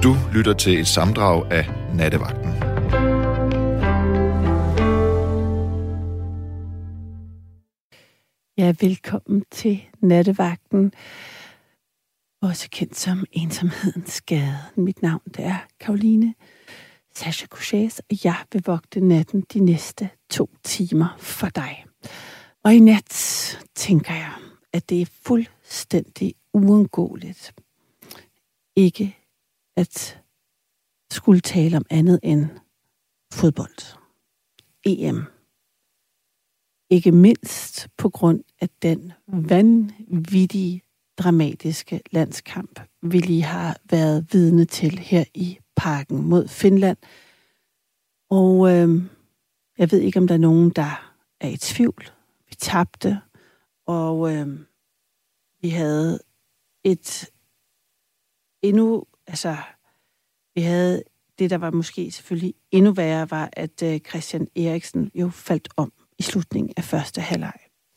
Du lytter til et sammendrag af Nattevagten. Ja, velkommen til Nattevagten, også kendt som ensomhedens gade. Mit navn det er Caroline Sascha Couchés, og jeg vil vogte natten de næste 2 timer for dig. Og i nat tænker jeg, at det er fuldstændig uundgåeligt ikke at skulle tale om andet end fodbold. EM. Ikke mindst på grund af den vanvittige, dramatiske landskamp, vi lige har været vidne til her i Parken mod Finland. Og jeg ved ikke, om der er nogen, der er i tvivl. Vi tabte, og vi havde vi havde det, der var måske selvfølgelig endnu værre, var, at Christian Eriksen jo faldt om i slutningen af første halvleg.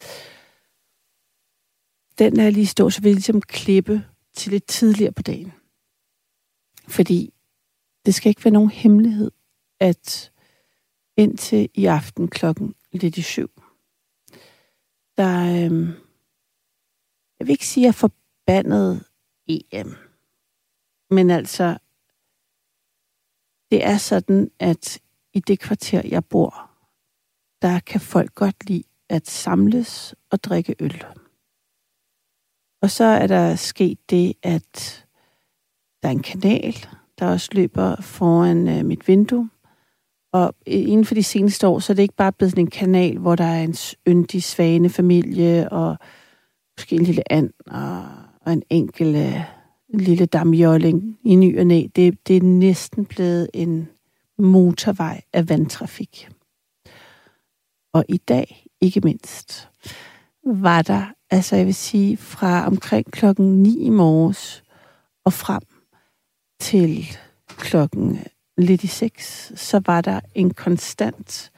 Den er lige stå, så vil jeg ligesom klippe til lidt tidligere på dagen. Fordi det skal ikke være nogen hemmelighed, at indtil i aften klokken lidt i 7, der, jeg vil ikke sige, at jeg forbandet EM. Men altså, det er sådan, at i det kvarter, jeg bor, der kan folk godt lide at samles og drikke øl. Og så er der sket det, at der er en kanal, der også løber foran mit vindue. Og inden for de seneste år, så er det ikke bare blevet sådan en kanal, hvor der er en yndig svanefamilie, og måske en lille and, og en enkelt lille damjolling i ny og næ. Det er næsten blevet en motorvej af vandtrafik. Og i dag, ikke mindst, var der, altså jeg vil sige, fra omkring klokken 9 i morges og frem til klokken lidt i 6, så var der en konstant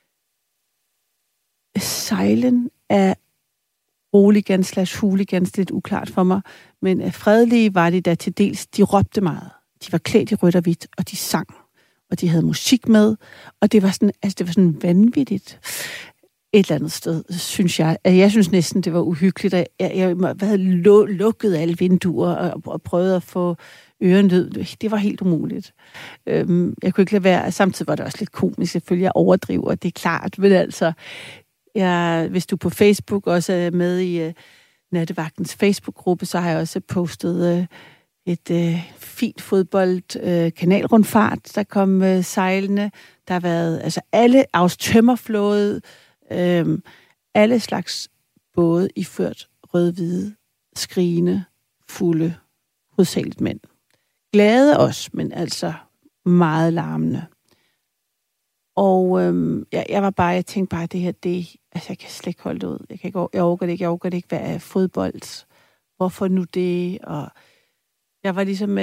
sejlen af hooligans, lidt uklart for mig, men fredelige var de der til dels. De råbte meget. De var klædt i rødt og hvidt, og de sang. Og de havde musik med, og det var sådan vanvittigt et eller andet sted, synes jeg. Jeg synes næsten, det var uhyggeligt. Jeg havde lukket alle vinduer og prøvet at få ørenlyd. Det var helt umuligt. Jeg kunne ikke lade være. Samtidig var det også lidt komisk, selvfølgelig. Jeg overdriver, det er klart. Men altså, hvis du på Facebook også er med i Nattevagtens Facebook-gruppe, så har jeg også postet et fint kanalrundfart, der kom sejlende. Der har været altså alle tømmerflåde, alle slags både iført rød-hvide, skrigende, fulde, hovedsageligt mænd. Glade også, men altså meget larmende. Og jeg tænkte bare, det her, jeg kan slet ikke holde det ud. Jeg orker det ikke, hvad er fodbold? Hvorfor nu det? Og jeg var ligesom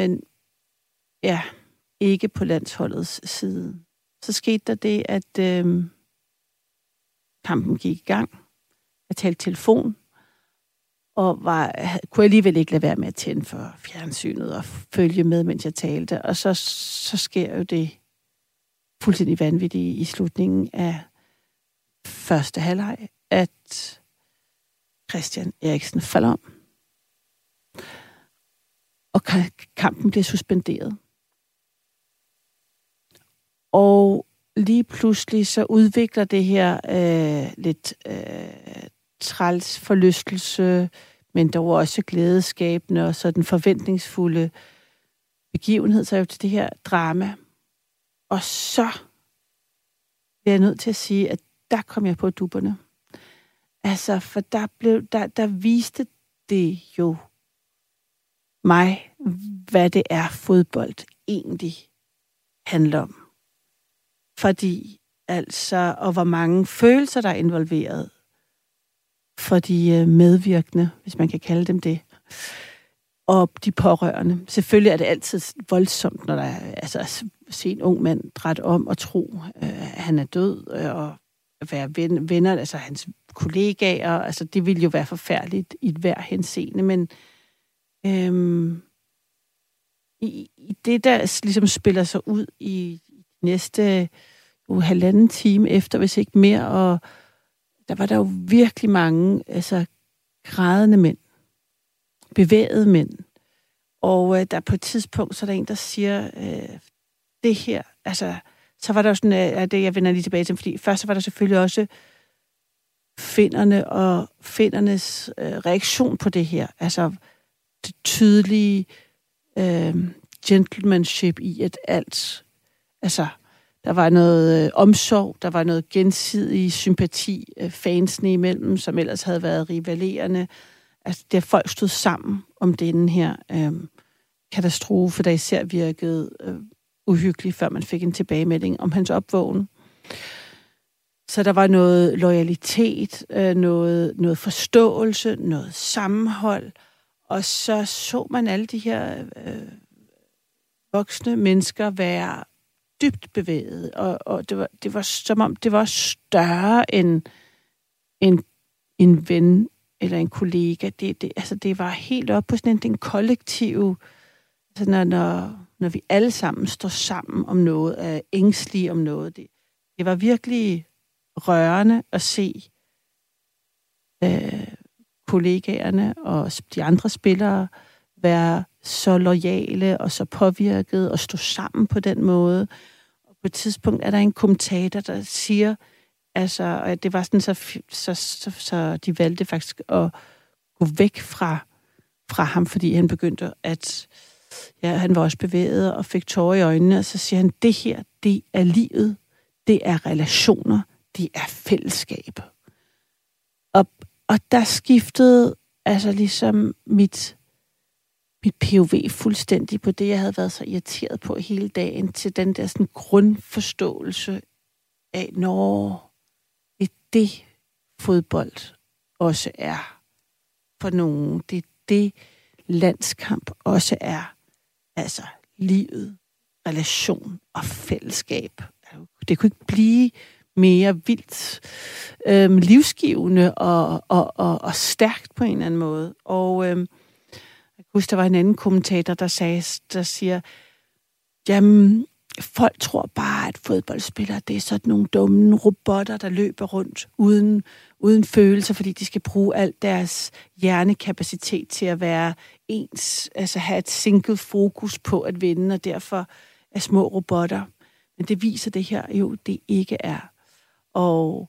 ikke på landsholdets side. Så skete der det, at kampen gik i gang. Jeg talte telefon, og kunne alligevel ikke lade være med at tænde for fjernsynet og følge med, mens jeg talte. Og så sker jo det fuldstændig vanvittige i slutningen af første halvleg, at Christian Eriksen falder om. Og kampen bliver suspenderet. Og lige pludselig så udvikler det her lidt træls forlystelse, men dog også glædeskabende og så den forventningsfulde begivenhed, så er jo til det her drama. Og så bliver jeg nødt til at sige, at der kom jeg på dupperne. Altså, for der viste det jo mig, hvad det er fodbold egentlig handler om. Fordi altså, og hvor mange følelser der er involveret for de medvirkende, hvis man kan kalde dem det, og de pårørende. Selvfølgelig er det altid voldsomt, når der er se en ung mand dræt om og tro, han er død, og være venner, altså hans kollegaer, altså det ville jo være forfærdeligt i hver henseende, men i det, der ligesom spiller sig ud i næste halvanden time efter, hvis ikke mere, og der var der jo virkelig mange grædende mænd, bevægede mænd, og der på et tidspunkt, så er der en, der siger, det her, så var der jo sådan, det jeg vender lige tilbage til, fordi først så var der selvfølgelig også finnerne og finnernes reaktion på det her, det tydelige gentlemanship i, at alt, der var noget omsorg, der var noget gensidig sympati fansene imellem, som ellers havde været rivalerende. Det folk stod sammen om denne her katastrofe, der især virkede uhyggelig, før man fik en tilbagemelding om hans opvågen. Så der var noget loyalitet, noget forståelse, noget sammenhold, og så man alle de her voksne mennesker være dybt bevæget, og det var som om det var større end en ven eller en kollega. Det var helt op på sådan en kollektiv, når vi alle sammen står sammen om noget, er ængstlige om noget. Det var virkelig rørende at se kollegaerne og de andre spillere være så loyale og så påvirket og stå sammen på den måde. Og på et tidspunkt er der en kommentator, der siger, og det var sådan, så de valgte faktisk at gå væk fra ham, fordi han begyndte han var også bevæget og fik tårer i øjnene, og så siger han, det her, det er livet, det er relationer, det er fællesskab. Og der skiftede ligesom mit POV fuldstændig på det, jeg havde været så irriteret på hele dagen, til den der sådan grundforståelse af, når det fodbold også er for nogen. Det er det landskamp også er. Livet, relation og fællesskab. Det kunne ikke blive mere vildt livsgivende og stærkt på en eller anden måde. Og jeg kan huske, der var en anden kommentator, der siger, jamen, folk tror bare, at fodboldspillere, det er sådan nogle dumme robotter, der løber rundt uden følelser, fordi de skal bruge alt deres hjernekapacitet til at være ens, have et single fokus på at vinde, og derfor er små robotter. Men det viser det her jo, det ikke er. Og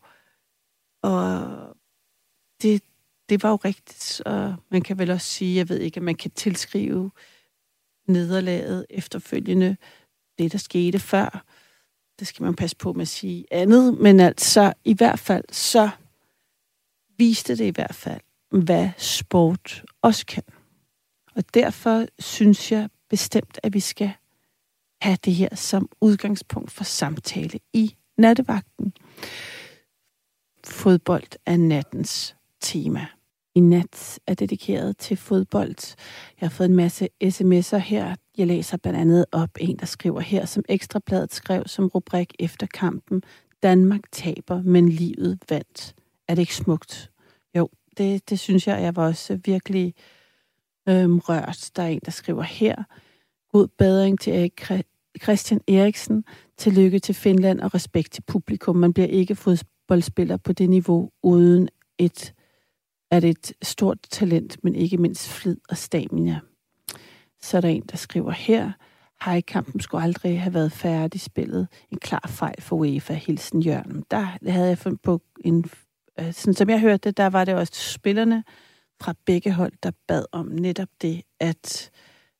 det var jo rigtigt, og man kan vel også sige, jeg ved ikke, at man kan tilskrive nederlaget efterfølgende det, der skete før. Det skal man passe på med at sige andet, men i hvert fald, så viste det i hvert fald, hvad sport også kan. Og derfor synes jeg bestemt, at vi skal have det her som udgangspunkt for samtale i nattevagten. Fodbold er nattens tema. I nat er dedikeret til fodbold. Jeg har fået en masse sms'er her. Jeg læser blandt andet op en, der skriver her, som Ekstrabladet skrev som rubrik efter kampen. Danmark taber, men livet vandt. Er det ikke smukt? Jo, det synes jeg. Jeg var også virkelig rørt. Der er en, der skriver her. God bedring til Christian Eriksen. Tillykke til Finland og respekt til publikum. Man bliver ikke fodboldspiller på det niveau uden et stort talent, men ikke mindst flid og stamina. Så er der en, der skriver her, kampen skulle aldrig have været færdig spillet. En klar fejl for UEFA. Hilsen Jørgen. Der havde jeg fundet på sådan som jeg hørte det, der var det også spillerne fra begge hold, der bad om netop det, at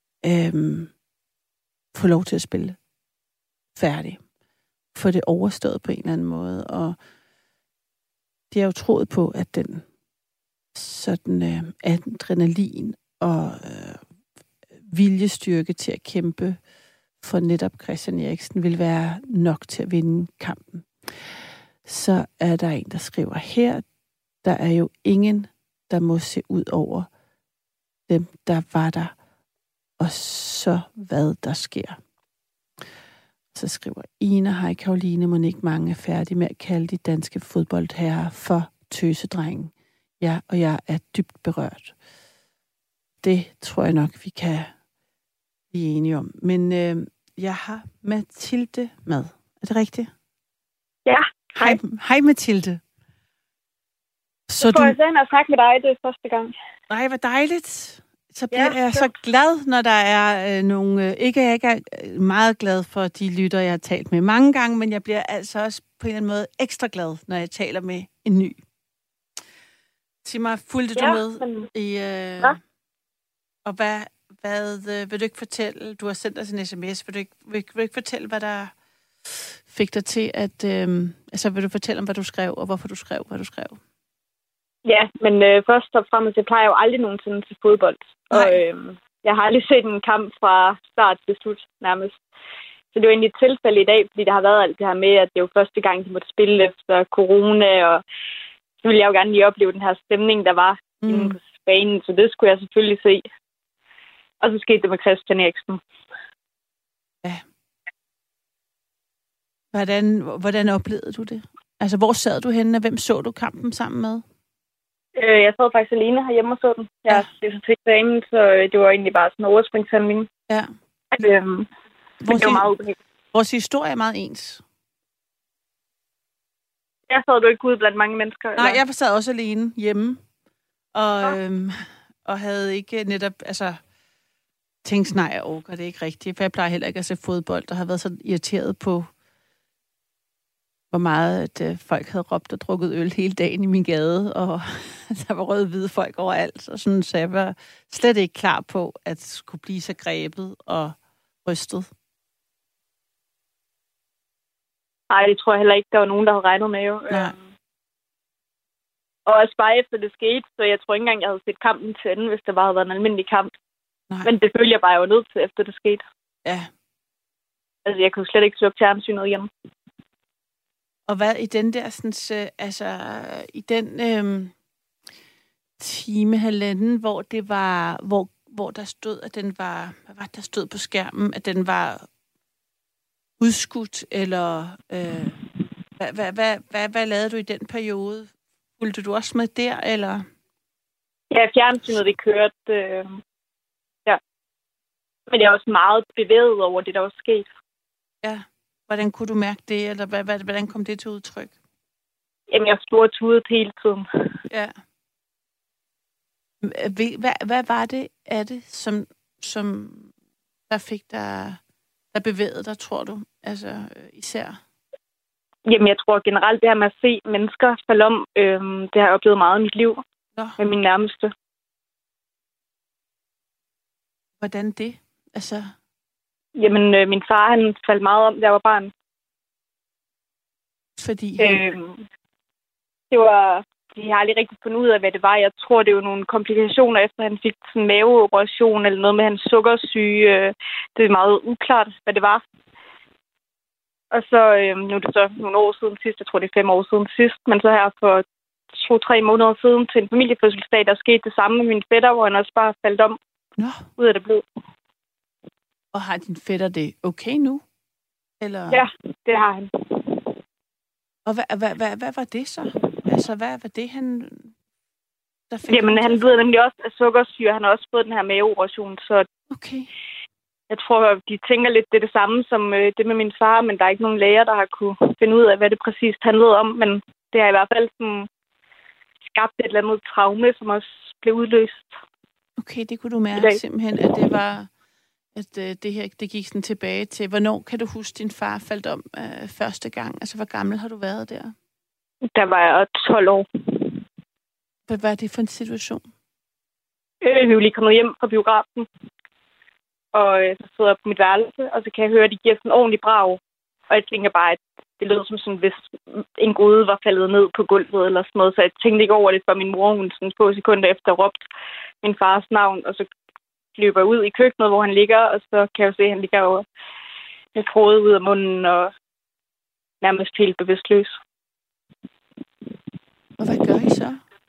få lov til at spille færdig. Få det overstået på en eller anden måde. Og de har jo troet på, at den sådan adrenalin og viljestyrke til at kæmpe for netop Christian Eriksen vil være nok til at vinde kampen. Så er der en, der skriver her, der er jo ingen, der må se ud over dem, der var der, og så hvad der sker. Så skriver Ina, hej Karoline, må ikke mange er færdige med at kalde de danske fodboldherrer for tøsedrengen. Ja, og jeg er dybt berørt. Det tror jeg nok, vi vi er enige om. Men jeg har Mathilde med. Er det rigtigt? Ja. Hej Mathilde. Så jeg får jeg og snakke med dig, det er første gang. Nej, hvor dejligt. Så bliver jeg så glad, når der er nogle... Ikke er meget glad for de lytter, jeg har talt med mange gange, men jeg bliver altså også på en eller anden måde ekstra glad, når jeg taler med en ny. Sig mig, fulgte du med i... Og hvad vil du ikke fortælle? Du har sendt os en sms. Vil du ikke fortælle, hvad der fik dig til at... vil du fortælle om, hvad du skrev, og hvorfor du skrev, hvad du skrev? Ja, men først og fremmest, jeg plejer jo aldrig nogensinde til fodbold. Og jeg har aldrig set en kamp fra start til slut, nærmest. Så det var egentlig et tilfælde i dag, fordi der har været alt det her med, at det var første gang, de måtte spille efter corona, og så ville jeg jo gerne lige opleve den her stemning, der var inde på banen, så det skulle jeg selvfølgelig se. Og så skete det med Christian Eriksen. Ja. Hvordan oplevede du det? Altså, hvor sad du henne, og hvem så du kampen sammen med? Jeg sad faktisk alene herhjemme og så den. Jeg er til eksamen, så det var egentlig bare sådan en overspringshandling. Ja. Det var meget ubehageligt. Vores historie er meget ens. Jeg sad du ikke ude blandt mange mennesker? Nej, eller? Jeg sad også alene hjemme. Og havde ikke netop, tænkt, nej, jeg orker det ikke rigtigt. For jeg plejer heller ikke at se fodbold, og har været så irriteret på, hvor meget at folk havde råbt og drukket øl hele dagen i min gade, og der var røde-hvide folk overalt. Og sådan, så jeg var slet ikke klar på, at skulle blive så grebet og rystet. Nej, det tror jeg heller ikke, der var nogen, der havde regnet med. Jo. Nej. Og også bare efter det skete, så jeg tror ikke engang, jeg havde set kampen til enden, hvis det bare havde været en almindelig kamp. Nej. Men det følte jeg bare, jeg var nødt til, efter det skete. Ja. Altså, jeg kunne slet ikke slukke fjernsynet igen. Og hvad i den der, i den time, halvanden, hvor det var, hvor der stod, at den var, hvad var det, der stod på skærmen, at den var udskudt, eller hvad lavede du i den periode? Fulgte du også med der, eller? Ja, fjernsynet, det kørte, ja. Men jeg er også meget bevæget over det, der var sket. Ja. Hvordan kunne du mærke det, eller hvordan kom det til udtryk? Jamen, jeg stortudede hele tiden. Ja. Hvad var det af det, som der fik dig, der bevægede dig, tror du? Altså, især? Jamen, jeg tror generelt, det her med at se mennesker falde om, det har jeg oplevet meget i mit liv. Nå. Med min nærmeste. Hvordan det? Altså... Jamen, min far, han faldt meget om, da jeg var barn. Fordi? Det var... Jeg har aldrig rigtig fundet ud af, hvad det var. Jeg tror, det var nogle komplikationer, efter han fik sådan en maveoperation, eller noget med hans sukkersyge. Det er meget uklart, hvad det var. Og så, nu er det så nogle år siden sidst, jeg tror, det er 5 år siden sidst, men så her for 2-3 måneder siden til en familiefødselsdag, der skete det samme med min fætter, hvor han også bare faldt om ud af det blod. Og har din fætter det okay nu? Eller? Ja, det har han. Og hvad var det så? Altså, hvad var det, han... Der fik? Jamen, han ved nemlig også af sukkersyre. Han har også fået den her maveoperation, så... Okay. Jeg tror, de tænker lidt, det er det samme som det med min far, men der er ikke nogen læger, der har kunne finde ud af, hvad det præcis handlede om. Men det har i hvert fald sådan skabt et eller andet traume, som også blev udløst. Okay, det kunne du mærke simpelthen, at det var... At det her, det gik sådan tilbage til... Hvornår kan du huske, din far faldt om første gang? Altså, hvor gammel har du været der? Der var jeg 12 år. Hvad var det for en situation? Vi var lige kommet hjem fra biografen. Og så sidder jeg på mit værelse, og så kan jeg høre, at de giver sådan en ordentlig brag. Og jeg tænker bare, at det lød som sådan, hvis en gryde var faldet ned på gulvet eller sådan noget. Så jeg tænkte ikke over det, før min mor, hun sådan få sekunder efter råbte min fars navn. Og så løber ud i køkkenet, hvor han ligger, og så kan jeg jo se, at han ligger over med tråde ud af munden og nærmest helt bevidstløs. Og hvad gør I så?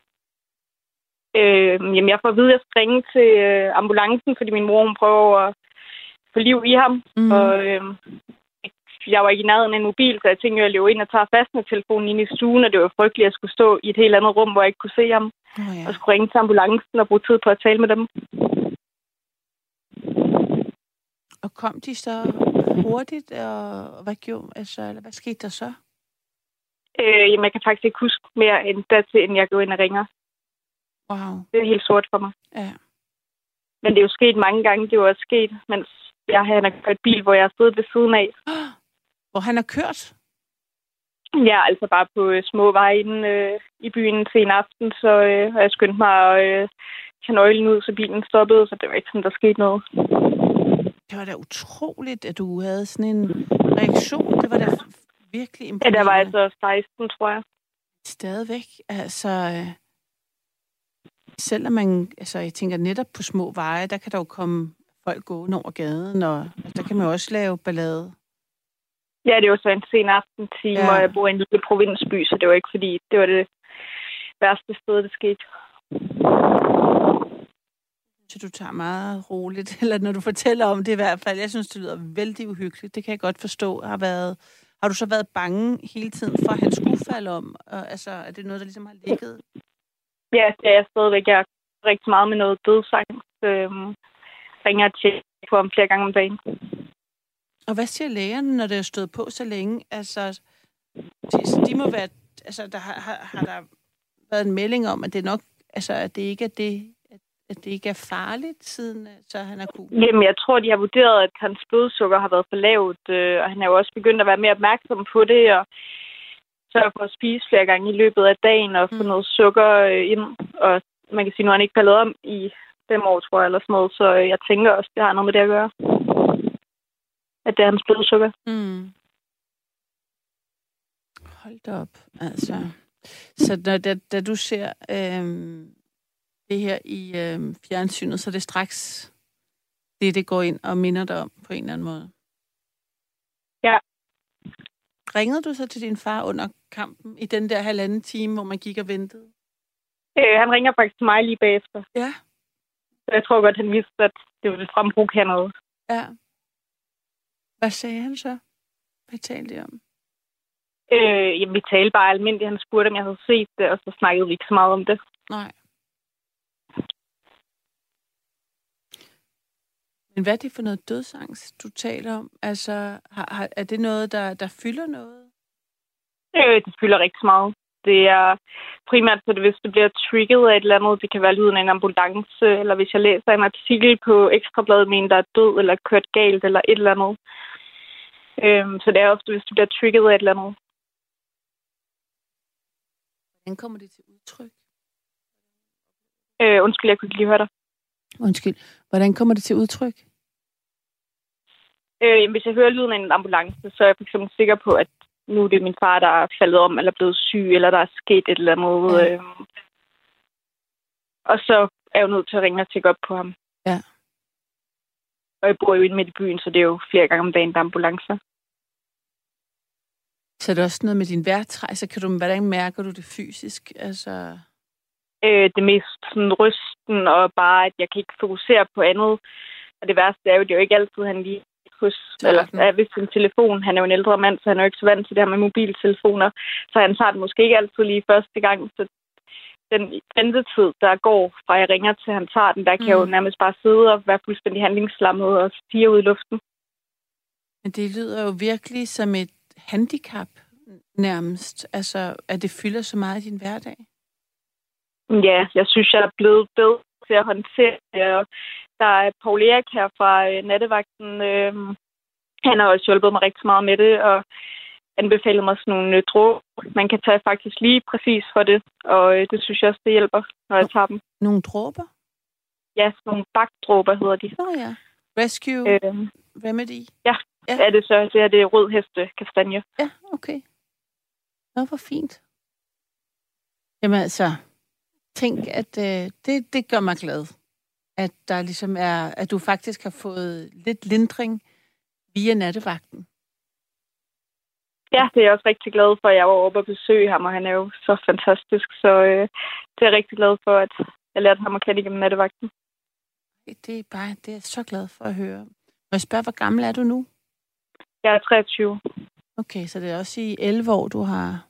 Jamen, jeg får at vide, at jeg skal ringe til ambulancen, fordi min mor, hun prøver at få liv i ham. Og jeg var ikke i nærheden af en mobil, så jeg tænkte, at jeg løb ind og tager fastnettelefonen ind i stuen, og det var frygteligt, at jeg skulle stå i et helt andet rum, hvor jeg ikke kunne se ham. Og skulle ringe til ambulancen og bruge tid på at tale med dem. Og kom de så hurtigt, og hvad gjorde, altså, eller hvad skete der så? Jamen, jeg kan faktisk ikke huske mere end dertil, end jeg går ind og ringer. Wow. Det er helt sort for mig. Ja. Men det er jo sket mange gange. Det er jo også sket, mens han har kørt bil, hvor jeg har siddet ved siden af. Hvor han har kørt? Ja, altså bare på små veje inde i byen til en aften, så har jeg skyndt mig at tage nøglen ud, så bilen stoppede, så det var ikke sådan, der skete noget. Det var da utroligt, at du havde sådan en reaktion. Det var da virkelig imponerende. Ja, der var altså 16, tror jeg. Stadigvæk, altså... Selvom man, altså jeg tænker netop på små veje, der kan der jo komme folk gående over gaden, og altså, der kan man jo også lave ballade. Ja, det var så en sen aftentime, og jeg bor i en lille provinsby, så det var ikke fordi, det var det værste sted, det skete. Så du tager meget roligt, eller når du fortæller om det i hvert fald. Jeg synes, det lyder vældig uhyggeligt. Det kan jeg godt forstå. Har du så været bange hele tiden for, at han skulle falde om? Altså, er det noget, der ligesom har ligget? Ja, det er jeg stadigvæk. Jeg er rigtig meget med noget dødsang. Ringer til på ham flere gange om dagen. Og hvad siger lægerne, når det er stået på så længe? Altså, de må være... Altså, der har der været en melding om, at det nok... Altså, at det ikke er det... At det ikke er farligt, siden så han er cool? Jamen, jeg tror, de har vurderet, at hans blodsukker har været for lavt, og han er jo også begyndt at være mere opmærksom på det, og sørge for at spise flere gange i løbet af dagen, og få noget sukker ind. Og man kan sige, nu har han ikke faldet om i 5 år, tror jeg, eller sådan noget, så jeg tænker også, det har noget med det at gøre. At det er hans blodsukker. Mm. Hold da op, altså. Så da du ser... det her i fjernsynet, så det er straks det går ind og minder dig om på en eller anden måde. Ja. Ringede du så til din far under kampen i den der 1,5 time, hvor man gik og ventede? Han ringer faktisk til mig lige bagefter. Ja. Så jeg tror godt, han vidste, at det ville frembruge noget. Ja. Hvad sagde han så? Hvad talte I om? Jamen, vi talte bare almindeligt. Han spurgte, om jeg havde set det, og så snakkede vi ikke så meget om det. Nej. Men hvad er det for noget dødsangst, du taler om? Altså, er det noget, der fylder noget? Det fylder rigtig meget. Det er primært på det, hvis det bliver trigget af et eller andet. Det kan være lyden af en ambulance, eller hvis jeg læser en artikel på Ekstrabladet med en, der er død, eller kørt galt, eller et eller andet. Så det er ofte, hvis det bliver trigget af et eller andet. Hvordan kommer det til udtryk? Undskyld, jeg kunne ikke lige høre dig. Undskyld. Hvordan kommer det til udtryk? Hvis jeg hører lyden af en ambulance, så er jeg for eksempel sikker på, at nu er det min far, der er faldet om, eller blevet syg, eller der er sket et eller andet. Ja. Og så er jeg jo nødt til at ringe og tjekke op på ham. Ja. Og jeg bor jo inde midt i byen, så det er jo flere gange om dagen, der er ambulancer. Så er det også noget med din vejrtræjser. Hvordan mærker du det fysisk? Altså... Det mest sådan rysten, og bare, at jeg kan ikke fokusere på andet. Og det værste er jo, det er jo ikke altid, han lige eller ved sin telefon. Han er jo en ældre mand, så han er jo ikke så vant til det her med mobiltelefoner. Så han tager den måske ikke altid lige første gang. Så den ventetid, der går fra jeg ringer til han tager den, der kan jeg jo nærmest bare sidde og være fuldstændig handlingslammet og stige ud i luften. Men det lyder jo virkelig som et handicap nærmest. Altså, at det fylder så meget i din hverdag. Ja, jeg synes, jeg er blevet bedre til at håndtere det. Der er Paul Erik her fra nattevagten. Han har også hjulpet mig rigtig meget med det, og anbefalet mig sådan nogle dråber. Man kan tage faktisk lige præcis for det, og det synes jeg også, det hjælper, når jeg tager dem. Nogle dråber? Ja, sådan nogle bagdråber hedder de. Ja. Rescue Remedy? Ja, er det så. Det er det rød heste kastanje. Ja, okay. Nå, hvor fint. Jamen altså... Tænk, at det gør mig glad, at der ligesom at du faktisk har fået lidt lindring via nattevagten. Ja, det er jeg også rigtig glad for. Jeg var oppe og besøge ham, og han er jo så fantastisk, så det er jeg rigtig glad for, at jeg lærte ham at kende igennem nattevagten. Det er jeg så glad for at høre. Må jeg spørge, hvor gammel er du nu? Jeg er 23. Okay, så det er også i 11 år, du har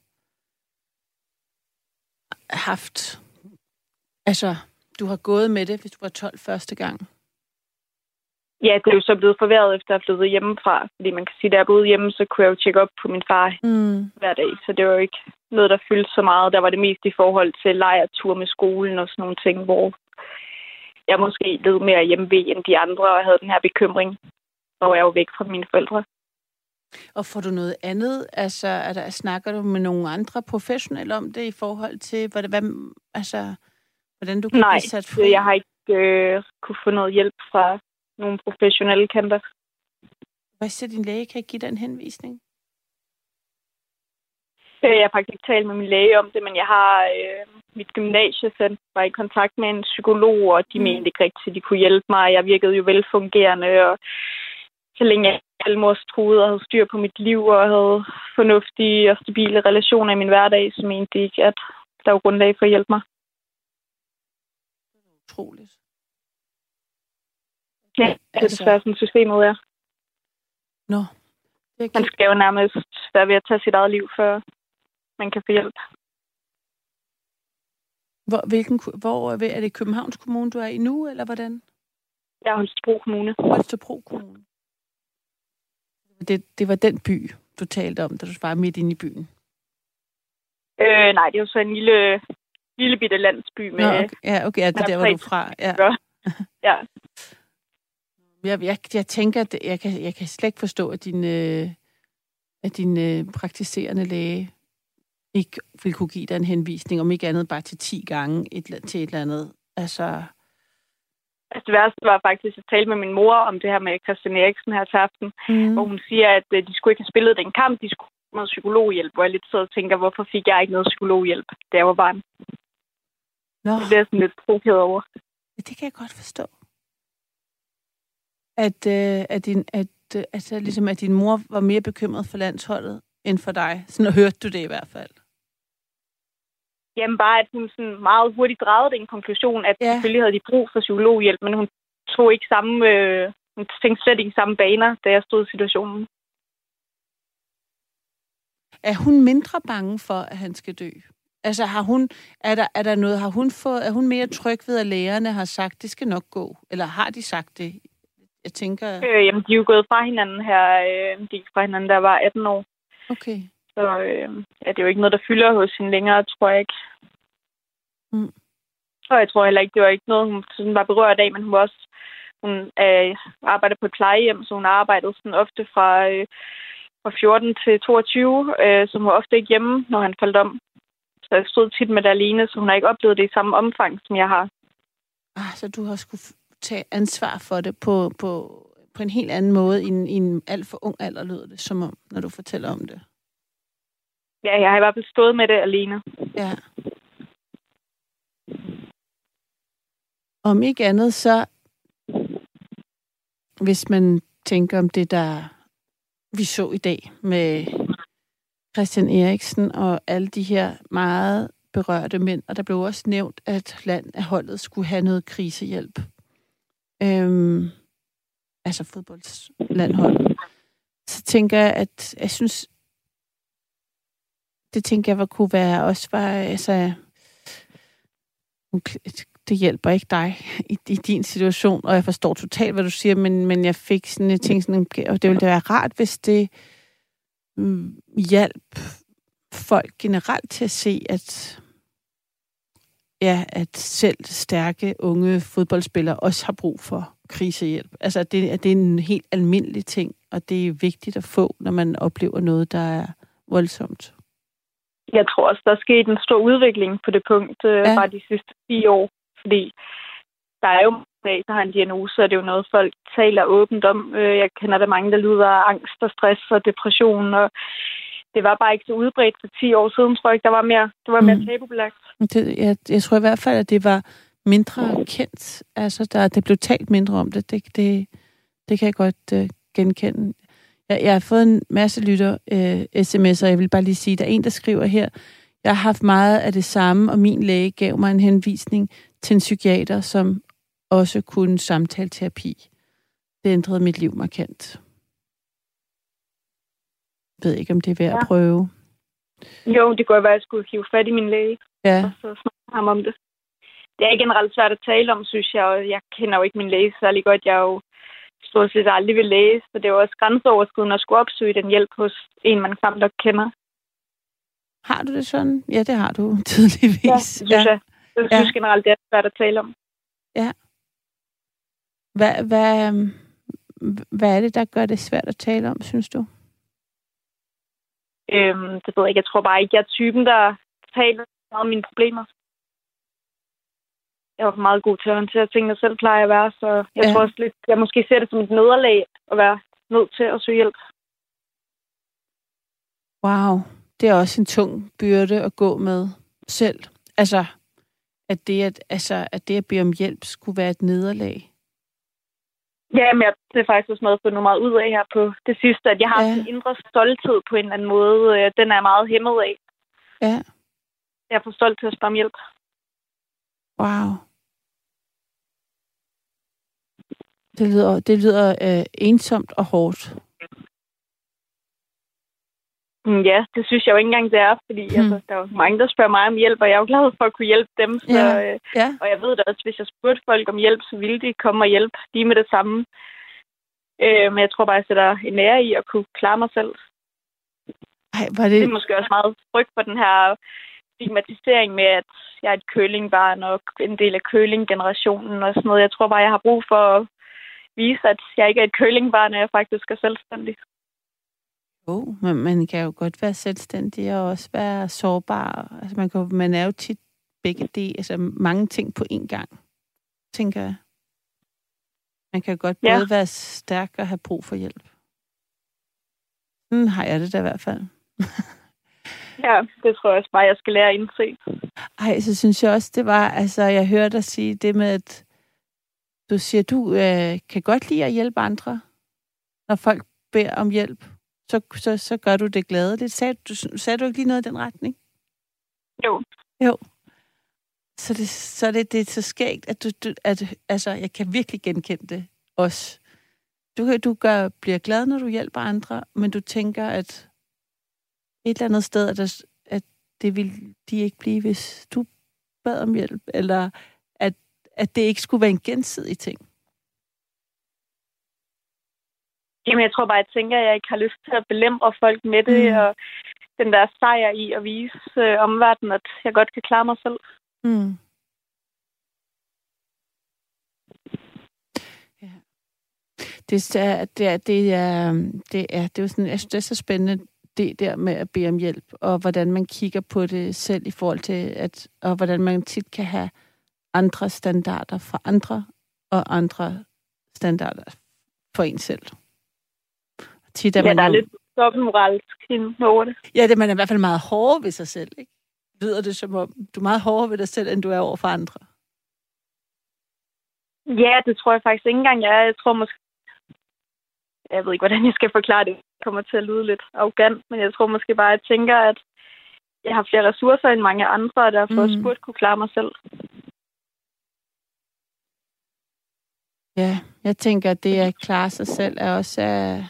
haft... Altså, du har gået med det, hvis du var 12 første gang? Ja, det er jo så blevet forværret efter at have flyttet hjemmefra. Fordi man kan sige, at da jeg boede hjemme, så kunne jeg jo tjekke op på min far hver dag. Så det var jo ikke noget, der fyldte så meget. Der var det mest i forhold til lejretur med skolen og sådan nogle ting, hvor jeg måske led mere hjemme ved end de andre og havde den her bekymring, hvor jeg var væk fra mine forældre. Og får du noget andet? Altså, snakker du med nogle andre professionelle om det i forhold til, hvordan du kan blive sat fri? Nej, jeg har ikke kunne få noget hjælp fra nogle professionelle kanter. Hvad siger din læge? Kan jeg give dig en henvisning? Jeg har faktisk ikke talt med min læge om det, men jeg har mit gymnasiecenter var i kontakt med en psykolog, og de mente ikke rigtigt, at de kunne hjælpe mig. Jeg virkede jo velfungerende, og så længe jeg selvmordstruede og havde styr på mit liv og havde fornuftige og stabile relationer i min hverdag, så mente de ikke, at der var grundlag for at hjælpe mig. Det er utroligt. Ja, det er desværre sådan systemet er. Nå. Man skal jo nærmest være ved at tage sit eget liv, før man kan få hjælp. Hvor er det Københavns Kommune, du er i nu, eller hvordan? Jeg er Holstebro Kommune. Holstebro Kommune. Det var den by, du talte om, da du var midt inde i byen? Nej, det er jo så en lille bitte landsby med... Nå, okay. Ja, det der, hvor du er fra. Ja. Ja. Jeg tænker, at jeg kan slet ikke forstå, at din praktiserende læge ikke vil kunne give dig en henvisning, om ikke andet bare til 10 gange til et eller andet. Altså, det værste var faktisk at tale med min mor om det her med Christian Eriksen her til aften, hvor hun siger, at de skulle ikke have spillet den kamp, de skulle have noget psykologhjælp, hvor jeg lidt sidder og tænker, hvorfor fik jeg ikke noget psykologhjælp, da jeg var barn? Nå. Det bliver sådan lidt provokeret over. Det kan jeg godt forstå. At din mor var mere bekymret for landsholdet end for dig. Sådan hørte du det i hvert fald. Jamen bare, at hun sådan meget hurtigt drejede den konklusion, at selvfølgelig havde de brug for psykologhjælp, men hun tog ikke hun tænkte slet ikke i samme baner, da jeg stod i situationen. Er hun mindre bange for, at han skal dø? Altså er hun mere tryg ved, at lægerne har sagt, det skal nok gå? Eller har de sagt det? Jeg tænker... Jamen, de er jo gået fra hinanden her. De gik fra hinanden, der var 18 år. Okay. Så det er jo ikke noget, der fylder hos hende længere, tror jeg ikke. Og jeg tror heller ikke, det var ikke noget, hun sådan var berørt af, men hun arbejder på et plejehjem, så hun arbejdede sådan ofte fra 14 til 22, så hun var ofte ikke hjemme, når han faldt om. Så jeg stod tit med det alene, så hun har ikke oplevet det i samme omfang, som jeg har. Så du har skulle tage ansvar for det på en helt anden måde i en alt for ung alder, lyder det som om, når du fortæller om det. Ja, jeg har i hvert fald stået med det alene. Ja. Om ikke andet, så hvis man tænker om det, der vi så i dag med Christian Eriksen og alle de her meget berørte mænd, og der blev også nævnt, at holdet skulle have noget krisehjælp. Altså fodboldslandholdet. Så tænker jeg, at jeg synes, det tænker jeg kunne være også det hjælper ikke dig i din situation, og jeg forstår totalt, hvad du siger, men jeg fik sådan en ting, og det ville da være rart, hvis det hjalp folk generelt til at se, at selv stærke unge fodboldspillere også har brug for krisehjælp. Altså, at det er en helt almindelig ting, og det er vigtigt at få, når man oplever noget, der er voldsomt. Jeg tror også, der er sket en stor udvikling på det punkt bare de sidste 10 år, fordi der er jo der har en diagnose, og det er jo noget, folk taler åbent om. Jeg kender der mange, der lider af angst og stress og depression, og det var bare ikke så udbredt for 10 år siden, tror jeg ikke. Det var mere tabubelagt. Jeg tror i hvert fald, at det var mindre kendt. Altså, det blev talt mindre om det. Det kan jeg godt genkende. Jeg har fået en masse sms'er, og jeg vil bare lige sige, der er en, der skriver her, jeg har haft meget af det samme, og min læge gav mig en henvisning til en psykiater, som også kunne samtaleterapi. Det ændrede mit liv markant. Jeg ved ikke, om det er værd at prøve. Jo, det kunne være, at jeg skulle hive fat i min læge, og så snakke ham om det. Det er generelt svært at tale om, synes jeg, og jeg kender jo ikke min læge særlig godt. Jeg er jo stort set aldrig vil læse, så det er jo også grænseoverskridende at skulle opsøge den hjælp hos en, man knap nok kender. Har du det sådan? Ja, det har du tydeligvis. Ja, det synes jeg. Jeg synes generelt, det er svært at tale om. Ja. Hvad er det, der gør det svært at tale om, synes du? Det ved jeg ikke. Jeg tror bare ikke, jeg er typen, der taler om mine problemer. Jeg var meget god til at håndtere tingene selv, plejer jeg at være, så jeg tror også lidt, jeg måske ser det som et nederlag at være nødt til at søge hjælp. Wow, det er også en tung byrde at gå med selv. Altså, at det at bede om hjælp skulle være et nederlag. Ja, men det er faktisk også noget, jeg har fundet meget ud af her på det sidste, at jeg har en indre stolthed på en eller anden måde. Den er meget hæmmet af. Ja. Jeg er for stolt til at spørge om hjælp. Wow. Det lyder ensomt og hårdt. Ja, det synes jeg jo ikke engang, det er, fordi der er jo mange, der spørger mig om hjælp, og jeg er jo glad for at kunne hjælpe dem. Så, og jeg ved da også, hvis jeg spurgte folk om hjælp, så ville de komme og hjælpe lige med det samme. Men jeg tror bare, jeg sætter en ære i at kunne klare mig selv. Ej, var det... det er måske også meget frygt for den her stigmatisering med, at jeg er et curlingbarn og en del af curlinggenerationen og sådan noget. Jeg tror bare, jeg har brug for at vise, at jeg ikke er et curlingbarn, og jeg faktisk er selvstændig. Men man kan jo godt være selvstændig og også være sårbar. Altså man er jo tit begge dele, altså mange ting på én gang, tænker jeg. Man kan godt både være stærk og have brug for hjælp. Sådan har jeg det da i hvert fald. Ja, det tror jeg også bare, jeg skal lære at indse. Ej, så synes jeg også, det var, altså jeg hørte dig sige det med, at du siger, du kan godt lide at hjælpe andre, når folk beder om hjælp. Så gør du det gladeligt. Sagde du ikke lige noget i den retning? Jo. Så det er så skægt, at altså, jeg kan virkelig genkende det også. Du bliver glad, når du hjælper andre, men du tænker, at et eller andet sted, at det vil de ikke blive, hvis du bad om hjælp, eller at det ikke skulle være en gensidig ting. Jamen, jeg tror bare, at jeg ikke har lyst til at belemre folk med det, og den der sejr i at vise omverdenen, at jeg godt kan klare mig selv. Mm. Ja. Det er jo sådan, jeg synes, det er så spændende, det der med at bede om hjælp, og hvordan man kigger på det selv i forhold til, og hvordan man tit kan have andre standarder for andre, og andre standarder for en selv. Tit er der er lidt dobbeltmoralsk over det. Ja, det man er i hvert fald meget hårdere ved sig selv, ikke? Lyder det som om, du er meget hårdere ved dig selv, end du er over for andre? Ja, det tror jeg faktisk ikke engang, jeg er. Jeg tror måske... Jeg ved ikke, hvordan jeg skal forklare det. Det kommer til at lyde lidt arrogant, men jeg tror måske bare, at jeg tænker, at jeg har flere ressourcer end mange andre, og derfor burde kunne klare mig selv. Ja, jeg tænker, at det at klare sig selv er også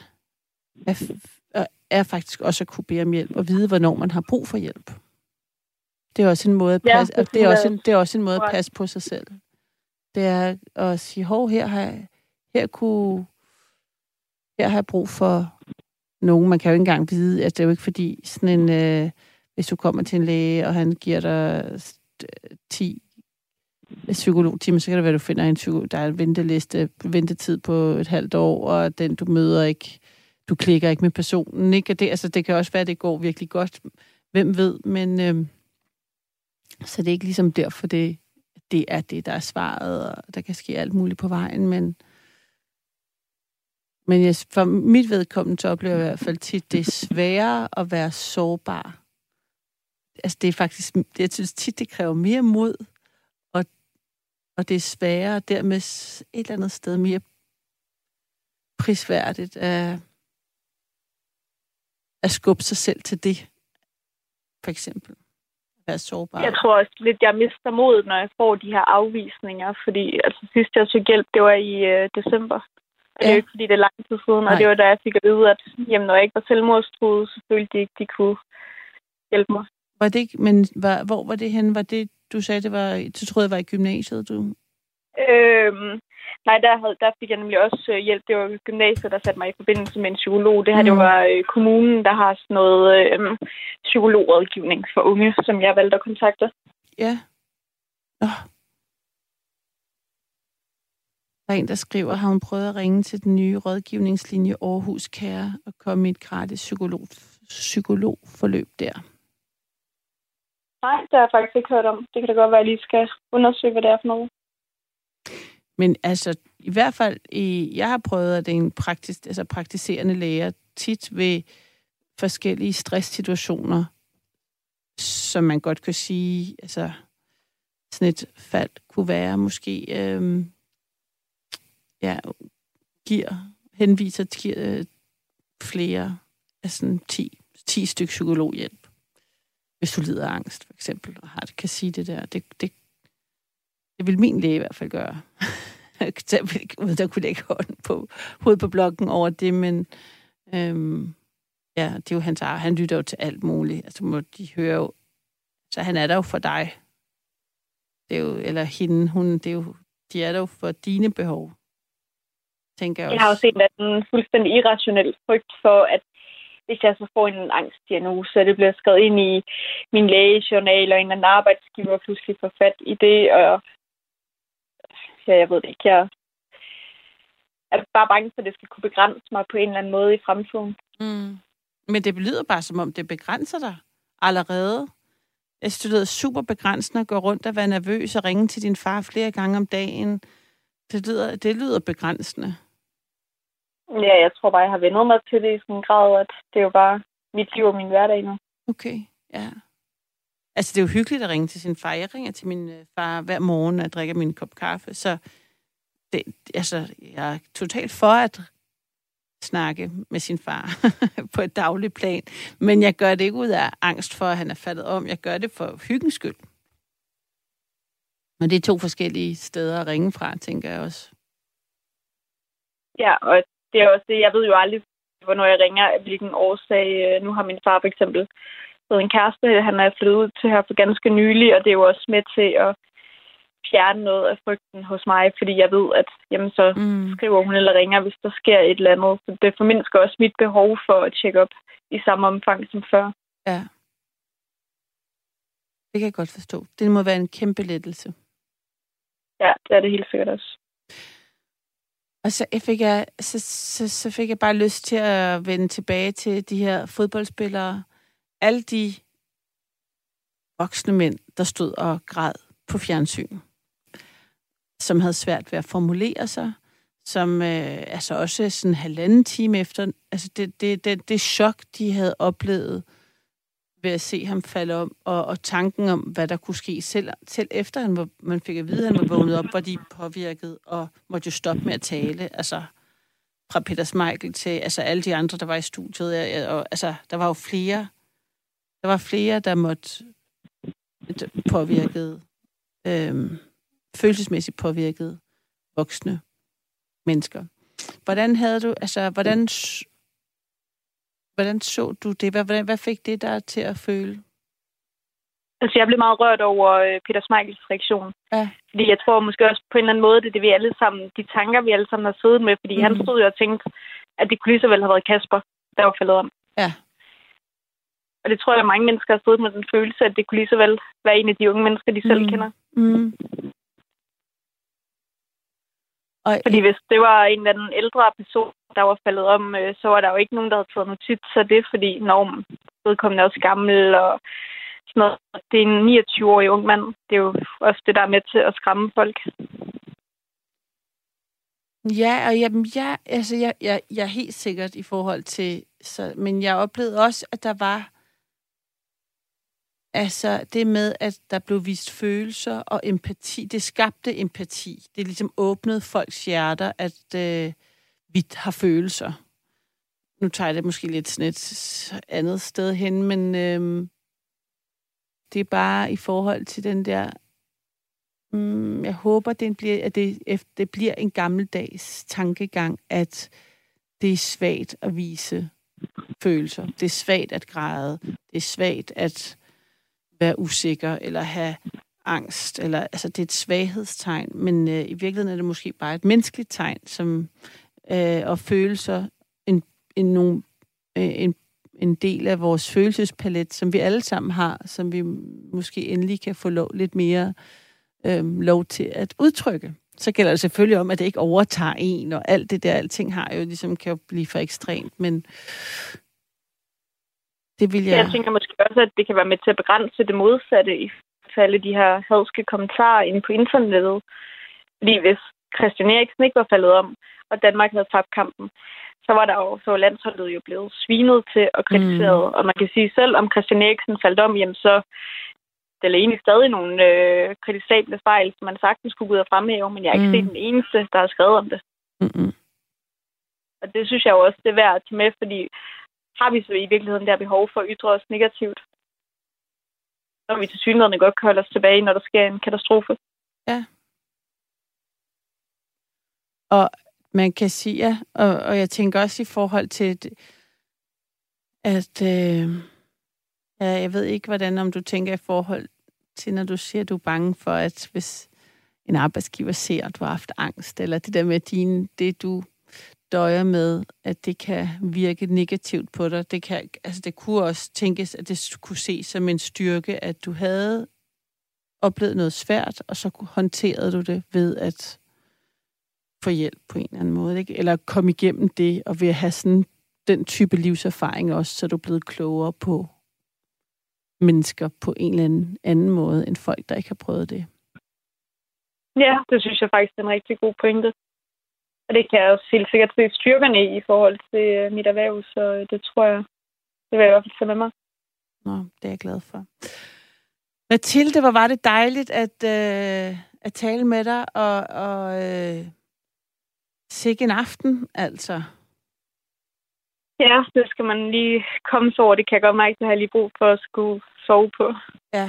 er faktisk også at kunne bede om hjælp og vide, hvornår man har brug for hjælp. Det er også en måde at passe, det er også en måde at passe på sig selv. Det er at sige, her har jeg brug for nogen. Man kan jo ikke engang vide, at det er jo ikke fordi sådan en, hvis du kommer til en læge, og han giver dig 10 psykologtimer, så kan det være, at du finder en psykolog. Der er en ventetid på et halvt år, og den du møder ikke, du klikker ikke med personen, ikke? Det kan også være, at det går virkelig godt. Hvem ved, men så det er ikke ligesom derfor, det er det, der er svaret, og der kan ske alt muligt på vejen, men for mit vedkommende, så oplever jeg i hvert fald tit, det er sværere at være sårbar. Altså det er faktisk, jeg synes tit, det kræver mere mod, og det er sværere, dermed et eller andet sted mere prisværdigt at skubbe sig selv til det, for eksempel. At være sårbar. Jeg tror også lidt, jeg mister modet, når jeg får de her afvisninger, fordi altså, sidst jeg søgte hjælp, det var i december. Og det er jo ikke, fordi det er lang tid siden, og det var da jeg fik at vide, at når jeg ikke var selvmordstruet, så følte de ikke, de kunne hjælpe mig. Var det ikke, men hvor var det henne? Var det, du sagde, det var, du troede, det var i gymnasiet, du? Nej, der fik jeg nemlig også hjælp. Det var gymnasiet, der satte mig i forbindelse med en psykolog. Det her, det var kommunen, der har sådan noget psykologrådgivning for unge, som jeg valgte at kontakte. Ja. Der er en, der skriver, har hun prøvet at ringe til den nye rådgivningslinje Aarhus Kære og komme i et gratis psykologforløb der? Nej, det har jeg faktisk ikke hørt om. Det kan da godt være, at jeg lige skal undersøge, hvad det er for noget. Men altså, i hvert fald, jeg har prøvet, at det er en praktiserende læger tit ved forskellige stresssituationer, som man godt kan sige, altså sådan et fald kunne være måske, henviser flere af sådan 10 stykker psykologhjælp. Hvis du lider af angst, for eksempel, og kan sige det der. Det vil min læge i hvert fald gøre. Der kunne lægge hovedet på blokken over det, men det er jo hans eget. Han lytter jo til alt muligt. Altså må de høre jo, så han er der jo for dig. Det er jo, eller hende, de er der jo for dine behov. Tænker jeg også. Jeg har jo set, at den fuldstændig irrationel frygt for, at hvis jeg så får en angstdiagnose, så det bliver skrevet ind i min lægejournal, og en eller anden arbejdsgiver pludselig får fat i det, og jeg ved det ikke. Jeg er bare bange for, at det skal kunne begrænse mig på en eller anden måde i fremtiden. Men det lyder bare, som om det begrænser dig allerede. Jeg synes, det lyder super begrænsende at gå rundt og være nervøs og ringe til din far flere gange om dagen. Det lyder begrænsende. Ja, jeg tror bare, jeg har vendt mig til det i sådan en grad, at det er jo bare mit liv og min hverdag nu. Okay, ja. Altså, det er jo hyggeligt at ringe til sin far. Jeg ringer til min far hver morgen og drikker min kop kaffe, så jeg er totalt for at snakke med sin far på et dagligt plan. Men jeg gør det ikke ud af angst for, at han er faldet om. Jeg gør det for hyggens skyld. Men det er 2 forskellige steder at ringe fra, tænker jeg også. Ja, og det er også det. Jeg ved jo aldrig, hvornår jeg ringer, hvilken årsag. Nu har min far for eksempel fået en kæreste. Han er flyttet ud til her for ganske nylig, og det er jo også med til at fjerne noget af frygten hos mig, fordi jeg ved, at så skriver hun eller ringer, hvis der sker et eller andet. Så det formindsker også mit behov for at tjekke op i samme omfang som før. Ja. Det kan jeg godt forstå. Det må være en kæmpe lettelse. Ja, det er det helt sikkert også. Og så fik jeg bare lyst til at vende tilbage til de her fodboldspillere. Alle de voksne mænd, der stod og græd på fjernsyn, som havde svært ved at formulere sig, som også sådan 1,5 time efter, altså det chok, de havde oplevet ved at se ham falde om, og tanken om, hvad der kunne ske, selv efter man fik at vide, at han var vågnet op, var de påvirket, og måtte jo stoppe med at tale, altså fra Peter Schmeichel til alle de andre, der var i studiet, og der var jo flere, der måtte påvirket, følelsesmæssigt påvirket voksne mennesker. Hvordan havde du, hvordan så du det? Hvad fik det der til at føle? Altså, jeg blev meget rørt over Peter Schmeichels reaktion. Ja. Fordi jeg tror måske også på en eller anden måde, det vi alle sammen, de tanker, vi alle sammen har siddet med, fordi han stod jo og tænkte, at det kunne lige så vel have været Kasper, der var faldet om. Ja. Og det tror jeg, at mange mennesker har siddet med den følelse, at det kunne lige så vel være en af de unge mennesker, de selv kender. Fordi hvis det var en eller anden ældre person, der var faldet om, så var der jo ikke nogen, der havde taget notits af det, fordi når vedkommende er også gammel og sådan noget. Det er en 29-årig ung mand. Det er jo også det, der er med til at skræmme folk. Ja, og jeg er helt sikkert i forhold til, men jeg oplevede også, at der var det med, at der blev vist følelser og empati. Det skabte empati. Det ligesom åbnede folks hjerter, at vi har følelser. Nu tager jeg det måske lidt sådan et andet sted hen, men det er bare i forhold til den der. Jeg håber, at det bliver en gammeldags tankegang, at det er svagt at vise følelser. Det er svagt at græde. Det er svagt at være usikker, eller have angst, eller altså det er et svaghedstegn, men i virkeligheden er det måske bare et menneskeligt tegn, som og følelser en del af vores følelsespalet, som vi alle sammen har, som vi måske endelig kan få lidt mere lov til at udtrykke. Så gælder det selvfølgelig om, at det ikke overtager en, og alt det der, alting har jo ligesom, kan jo blive for ekstremt, men det vil jeg... Jeg tænker måske også, at det kan være med til at begrænse det modsatte i alle de her hadske kommentarer inde på internettet. Fordi hvis Christian Eriksen ikke var faldet om, og Danmark havde tabt kampen, så var landsholdet jo blevet svinet til og kritiseret. Og man kan sige, selv om Christian Eriksen faldt om, jamen så det er egentlig stadig nogle kritisable fejl, som man sagtens kunne gå ud og fremhæve, men jeg har ikke set den eneste, der har skrevet om det. Og det synes jeg jo også, det er værd at tage med, fordi har vi så i virkeligheden der behov for at ytre os negativt, når vi til synligheden godt kan holde os tilbage, når der sker en katastrofe. Ja. Og man kan sige, ja, og jeg tænker også i forhold til, at jeg ved ikke, om du tænker i forhold til, når du siger, at du er bange for, at hvis en arbejdsgiver ser, at du har haft angst, eller det der med det du døjer med, at det kan virke negativt på dig. Det kunne også tænkes, at det kunne ses som en styrke, at du havde oplevet noget svært, og så håndterede du det ved at få hjælp på en eller anden måde, ikke? Eller komme igennem det, og ved at have sådan den type livserfaring også, så er du blevet klogere på mennesker på en eller anden måde, end folk, der ikke har prøvet det. Ja, det synes jeg faktisk er en rigtig god pointe. Og det kan jeg også helt sikkert se styrkerne i forhold til mit erhverv, så det tror jeg, det vil jeg i hvert fald tage med mig. Nå, det er jeg glad for. Mathilde, hvor var det dejligt at tale med dig, og sikke en aften, altså. Ja, det skal man lige komme så over. Det kan jeg godt mærke, det har jeg lige brug for at skulle sove på. Ja.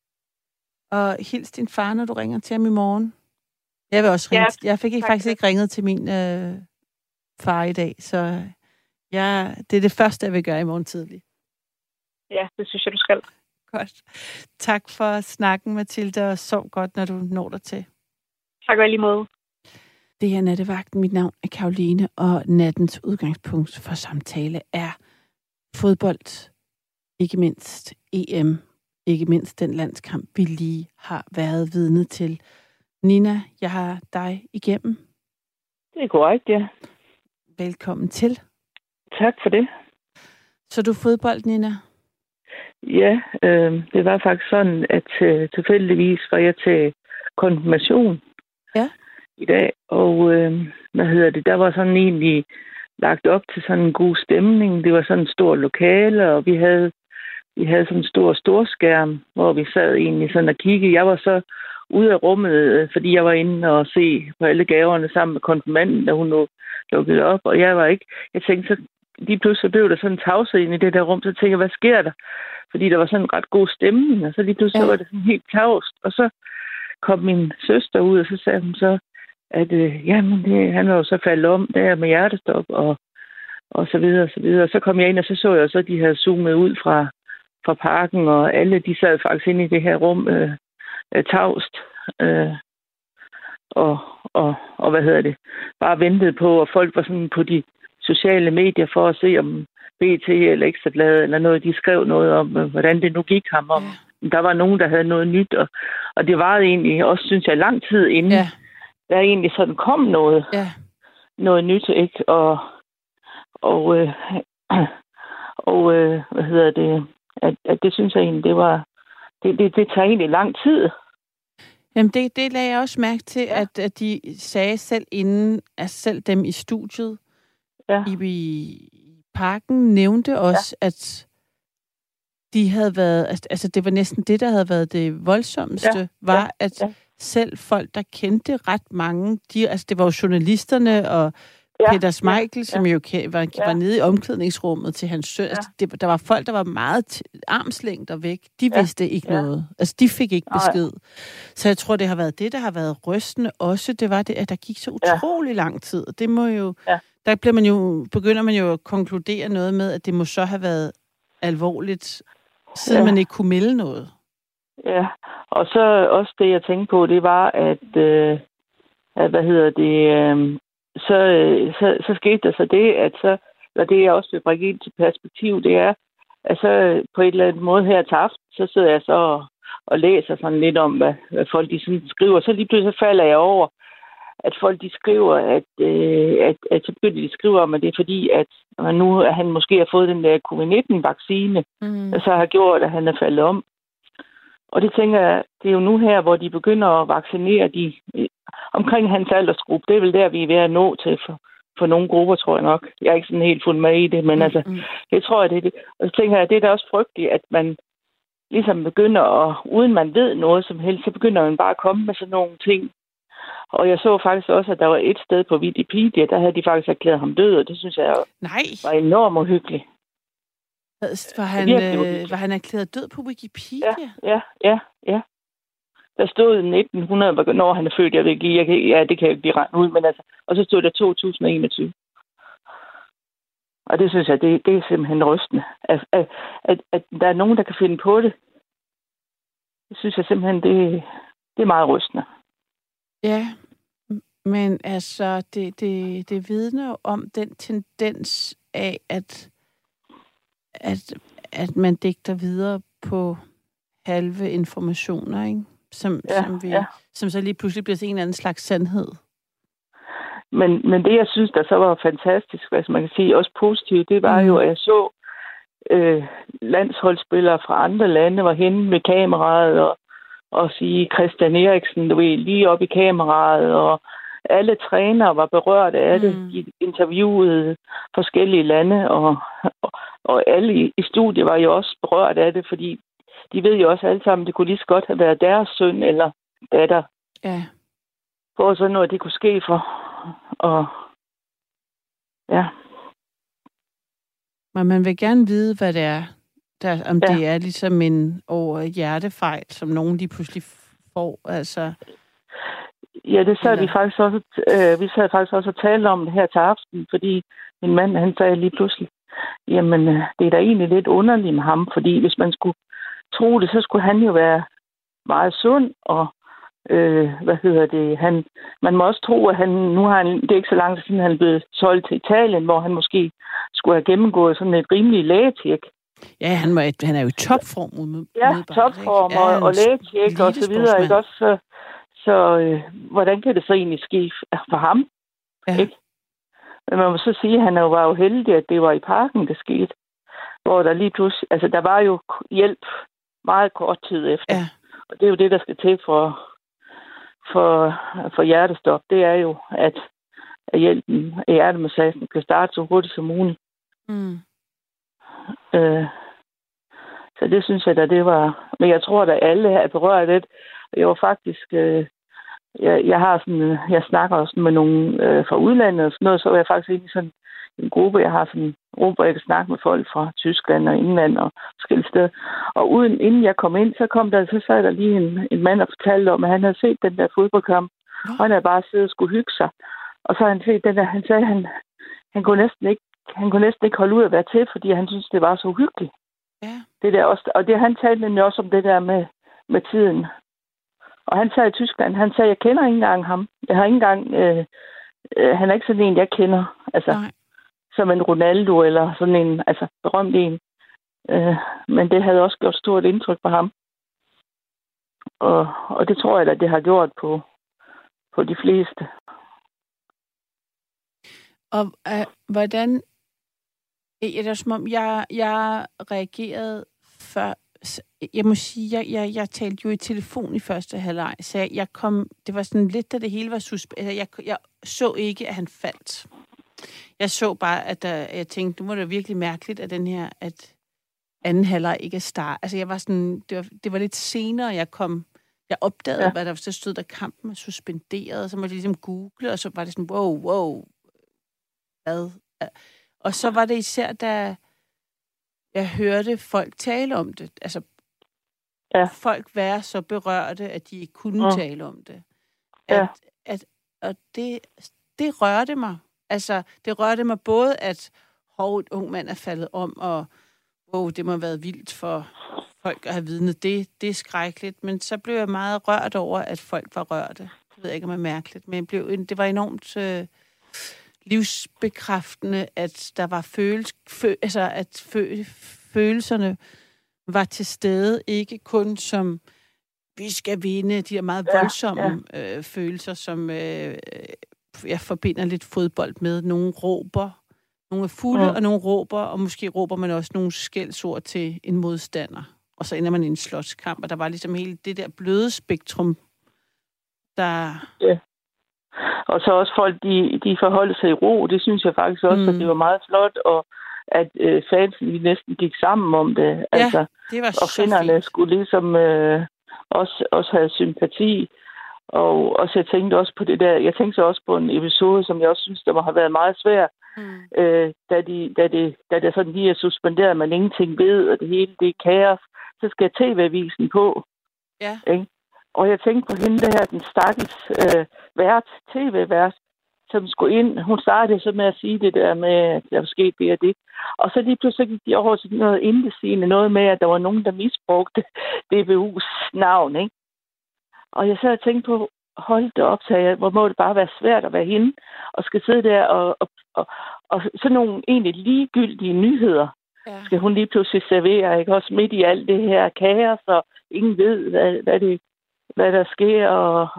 Og hils din far, når du ringer til ham i morgen. Jeg vil også ringe. Ja, jeg fik faktisk ikke ringet til min far i dag, så det er det første, jeg vil gøre i morgen tidlig. Ja, det synes jeg, du skal. Godt. Tak for snakken, Mathilde, og sov godt, når du når dig til. Tak og lige måde. Det her Nattevagten. Mit navn er Karoline, og nattens udgangspunkt for samtale er fodbold. Ikke mindst EM. Ikke mindst den landskamp, vi lige har været vidne til. Nina, jeg har dig igennem. Det er korrekt, ja. Velkommen til. Tak for det. Så du fodbold, Nina? Ja, det var faktisk sådan, at tilfældigvis var jeg til konfirmation i dag, og der var sådan egentlig lagt op til sådan en god stemning. Det var sådan en stor lokale, og vi havde sådan en storskærm, hvor vi sad egentlig sådan og kiggede. Jeg var så ude af rummet, fordi jeg var inde og se på alle gaverne sammen med konfirmanden, da hun lukkede op, og jeg var ikke. Jeg tænkte så, lige pludselig blev der sådan en tavshed ind i det der rum, så tænkte jeg, hvad sker der? Fordi der var sådan en ret god stemning, og så lige pludselig var det sådan helt tavst. Og så kom min søster ud, og så sagde hun så, at han var jo så faldet om der med hjertestop, og så videre, og så videre. Og så kom jeg ind, og så jeg så, de havde zoomet ud fra parken, og alle, de sad faktisk inde i det her rum tavst. Og bare ventede på, og folk var sådan på de sociale medier for at se, om BT eller Ekstrabladet eller noget, de skrev noget om, hvordan det nu gik ham om. Der var nogen, der havde noget nyt, og det varede egentlig også, synes jeg, lang tid inden der egentlig sådan kom noget nyt, ikke? At det synes jeg egentlig, det tager egentlig lang tid. Jamen det lagde jeg også mærke til, at de sagde selv inden, at selv dem i studiet i parken nævnte også, at de havde været, altså det var næsten det, der havde været det voldsomste, at selv folk, der kendte ret mange, det var jo journalisterne og Peter Schmeichel, som jo var nede i omklædningsrummet til hans søn. Altså, der var folk, der var meget armslængder væk. De vidste ikke noget. Altså, de fik ikke besked. Så jeg tror, det har været det, der har været rystende også. Det var det, at der gik så utrolig lang tid. Det må jo... Der begynder man jo at konkludere noget med, at det må så have været alvorligt, siden man ikke kunne melde noget. Ja, og så også det, jeg tænkte på, det var, at så skete der så det, at så, og det jeg også vil bringe ind til perspektiv, det er, at så på et eller andet måde her til aften, så sidder jeg så og læser sådan lidt om, hvad folk de sådan skriver. Så lige pludselig så falder jeg over, at folk de skriver, at så begynder de skrive om, at det er fordi, at nu han måske har fået den der COVID-19-vaccine, der så har gjort, at han er faldet om. Og det tænker jeg, det er jo nu her, hvor de begynder at vaccinere de omkring hans aldersgruppe. Det er vel der, vi er ved at nå til for nogle grupper, tror jeg nok. Jeg er ikke sådan helt fuldt med i det, men altså, det tror jeg, det er det. Og så tænker jeg, det er da også frygteligt, at man ligesom begynder at, uden man ved noget som helst, så begynder man bare at komme med sådan nogle ting. Og jeg så faktisk også, at der var et sted på Wikipedia, der havde de faktisk erklæret ham død, og det synes jeg var enormt uhyggeligt. Var han erklæret død på Wikipedia? Ja. Der stod 1900, når han er født, jeg ved ikke, det kan jeg ikke blive regnet ud, men altså, og så stod der 2021. Og det synes jeg, det er simpelthen rystende. At der er nogen, der kan finde på det, det synes jeg simpelthen, det er meget rystende. Ja, men altså, det vidner om den tendens af, at man digter videre på halve informationer, ikke? Som så lige pludselig bliver til en eller anden slags sandhed. Men det, jeg synes, der så var fantastisk, hvad man kan sige, også positivt, det var jo, at jeg så landsholdsspillere fra andre lande var henne med kameraet og sige Christian Eriksen, du ved, lige op i kameraet, og alle trænere var berørt af det. De interviewede forskellige lande, og alle i studiet var jo også berørt af det, fordi de ved jo også alle sammen, det kunne lige så godt have været deres søn eller datter. Ja. For sådan noget, det kunne ske for. Og ja. Men man vil gerne vide, hvad det er. Det er ligesom en hjertefejl, som nogen lige pludselig får. Altså. Ja, det sad vi faktisk også. Vi sad faktisk også og talte om det her til aften, fordi min mand, han sagde lige pludselig, jamen, det er da egentlig lidt underligt med ham, fordi hvis man skulle tro det, så skulle han jo være meget sund, og man må også tro, at det er ikke så langt siden, han blev solgt til Italien, hvor han måske skulle have gennemgået sådan et rimeligt lægetjek. Ja, han er jo i topform. Topform og lægetjek og så videre, ikke også? Så hvordan kan det så egentlig ske for ham? Ja. Ikke? Men man må så sige, at han var jo heldig, at det var i parken, det skete. Hvor der lige pludselig, altså der var jo hjælp meget kort tid efter. Ja. Og det er jo det, der skal til for hjertestop. Det er jo, at hjælpen i hjertemassagen kan starte så hurtigt som muligt. Så det synes jeg da, det var. Men jeg tror, at alle er berørt lidt. Jeg var faktisk. Jeg snakker også med nogen fra udlandet og sådan noget, så var jeg faktisk inde i sådan en gruppe. Jeg har sådan en gruppe, hvor jeg kan snakke med folk fra Tyskland og England og forskellige steder. Og inden jeg kom ind, så sad der lige en mand og fortalte om, at han havde set den der fodboldkamp. Og han havde bare siddet og skulle hygge sig. Og så har han set den der, han sagde, han kunne næsten ikke holde ud at være til, fordi han syntes, det var så uhyggeligt. Ja. Det der også, og det han talte nemlig også om det der med tiden. Og han sagde i Tyskland, han sagde, jeg kender ikke engang ham. Jeg har ikke engang, han er ikke sådan en, jeg kender. Altså, som en Ronaldo eller sådan en, altså berømt en. Men det havde også gjort stort indtryk på ham. Og det tror jeg, at det har gjort på de fleste. Og hvordan, det er som om, jeg reagerede før. Jeg må sige, jeg talte jo i telefon i første halvleg, så det var sådan lidt, da det hele var jeg så ikke, at han faldt. Jeg så bare, at jeg tænkte, nu var det virkelig mærkeligt, at at anden halvleg ikke er start. Altså jeg var sådan, det var lidt senere, jeg opdagede, hvad der stod, der kampen var suspenderet, og så måtte jeg ligesom google, og så var det sådan, wow, hvad? Og så var det især, da jeg hørte folk tale om det. Altså, folk være så berørte, at de ikke kunne tale om det. Og det rørte mig. Altså, det rørte mig både, at et ung mand er faldet om, og det må have været vildt for folk at have vidnet det er skrækkeligt. Men så blev jeg meget rørt over, at folk var rørte. Jeg ved ikke, om det er mærkeligt, men det var enormt livsbekræftende, at der var følelserne var til stede, ikke kun som vi skal vinde, de er meget voldsomme følelser, som jeg forbinder lidt fodbold med. Nogle råber, nogle er fulde, og nogle råber, og måske råber man også nogle skældsord til en modstander. Og så ender man i en slåskamp, og der var ligesom hele det der bløde spektrum, der... Ja. Og så også folk, de forholdt sig i ro. Det synes jeg faktisk også, at det var meget flot, og at fansen næsten gik sammen om det. Ja, altså, det var og så kvinderne fint. skulle ligesom også have sympati. Og så jeg tænkte også på det der. Jeg tænkte så også på en episode, som jeg også synes, der må have været meget svær. Da det sådan lige er suspenderet, man ingenting ved, og det hele det er kaos, så skal TV-avisen på. Ja. Ikke? Og jeg tænkte på hende der, den stakkels tv-vært, som skulle ind. Hun startede så med at sige det der med, at der var sket det og det. Og så lige pludselig gik de over til noget indesigende, noget med, at der var nogen, der misbrugte DBU's navn, ikke? Og jeg sad og tænkte på, hold det op, sagde jeg, hvor må det bare være svært at være hende, og skal sidde der og sådan nogle egentlig ligegyldige nyheder, skal hun lige pludselig servere, ikke? Også midt i alt det her kaos, og ingen ved, hvad der sker,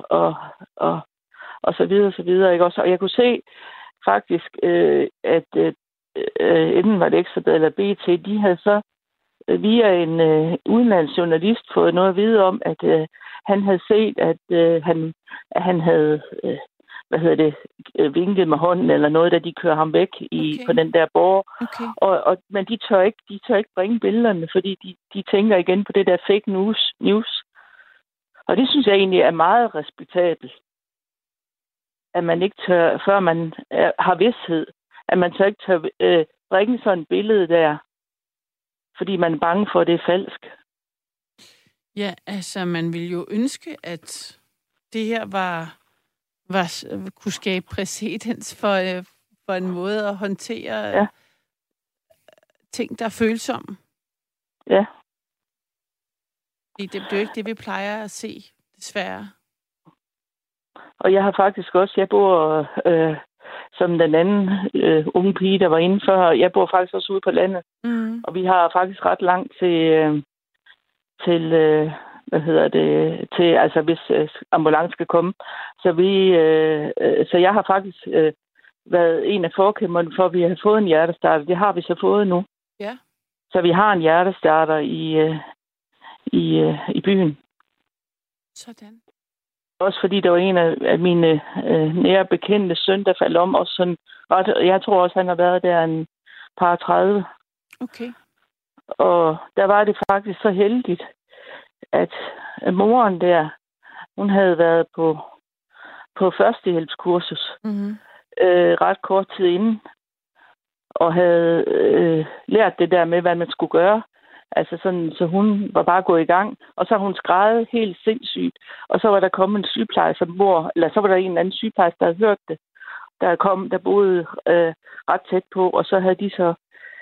og så videre, så videre, ikke? Også, og jeg kunne se faktisk, at enten var det Ekstrabladet eller BT, de havde så via en udenlandsk journalist fået noget at vide om, at han havde set, at han havde vinket med hånden eller noget, da de kører ham væk på den der borg. Okay. Men de tør ikke bringe billederne, fordi de tænker igen på det der fake news. Og det synes jeg egentlig er meget respektabelt. At man ikke tør, før man har vidsthed, at man så ikke tør bringe sådan et billede der, fordi man er bange for, at det er falsk. Ja, altså man ville jo ønske, at det her kunne skabe præcedens for en måde at håndtere ting, der er følsomme. Ja. Det er jo ikke det, vi plejer at se, desværre. Og jeg har faktisk også, jeg bor som den anden unge pige, der var inde før, jeg bor faktisk også ude på landet. Mm. Og vi har faktisk ret langt til altså hvis ambulance skal komme. Så jeg har faktisk været en af forkæmperne for, at vi har fået en hjertestarter. Det har vi så fået nu. Ja. Så vi har en hjertestarter i byen. Sådan. Også fordi der var en af mine nære bekendte søn, der faldt om. Også sådan ret, jeg tror også, han har været der en par 30. Okay. Og der var det faktisk så heldigt, at moren der, hun havde været på førstehjælpskursus ret kort tid inden, og havde lært det der med, hvad man skulle gøre. Altså sådan, så hun var bare gået i gang, og så har hun skrevet helt sindssygt. Og så var der kommet en sygeplejerske, så var der en anden sygeplejerske, der havde hørt det. Der boede ret tæt på, og så havde de så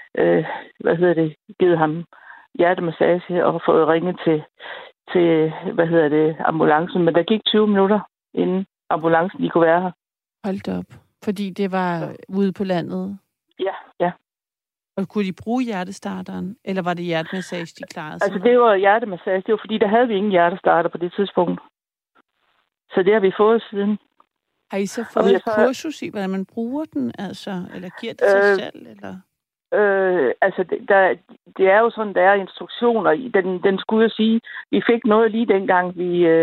givet ham hjertemassage og fået ringet til ambulancen. Men der gik 20 minutter, inden ambulancen lige kunne være her. Hold da op. Fordi det var ude på landet? Ja. Og kunne de bruge hjertestarteren? Eller var det hjertemassage, de klarede? Altså, det var hjertemassage. Det var fordi, der havde vi ingen hjertestarter på det tidspunkt. Så det har vi fået siden. Har I så fået et kursus i, hvordan man bruger den? Altså, eller giver det sig selv? Eller? Det er jo sådan, der er instruktioner. Den skulle jo sige, vi fik noget lige dengang,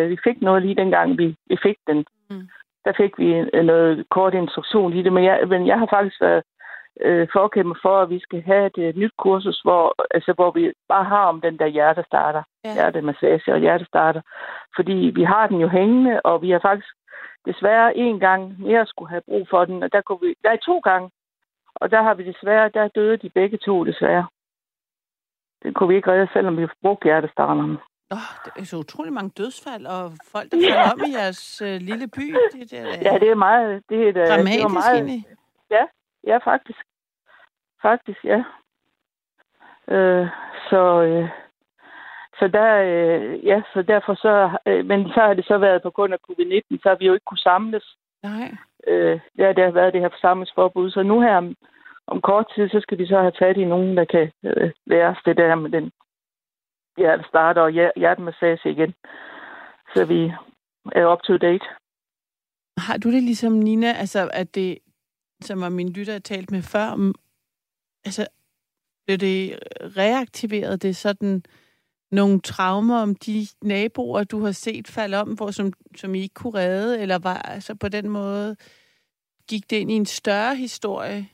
vi fik den. Mm. Der fik vi noget kort instruktion i det. Men jeg har faktisk været forkæmper for, at vi skal have et nyt kursus, hvor vi bare har om den der hjertestarter. Ja. Hjertemassage og hjertestarter. Fordi vi har den jo hængende, og vi har faktisk desværre en gang mere skulle have brug for den. Og der er 2 gange. Og der har vi desværre, der døde de begge 2 desværre. Det kunne vi ikke redde, selvom vi brugte hjertestarteren. Det er så utrolig mange dødsfald, og folk, der falder om i jeres lille by. Ja, det er meget. Det er dramatisk egentlig. Ja, faktisk. Faktisk, ja. Så så derfor så... men så har det så været på grund af covid-19, så har vi jo ikke kunne samles. Nej. Der har været det her forsamlingsforbud. Så nu her om kort tid, så skal vi så have fat i nogen, der kan lære os det der med den hjertestarter og hjertemassage igen. Så vi er up to date. Har du det ligesom Nina, altså at det, som var min lytter talt med før, altså blev det reaktiveret, det er sådan nogle traumer om de naboer, du har set falde om, som I ikke kunne redde, eller var altså på den måde, gik det ind i en større historie?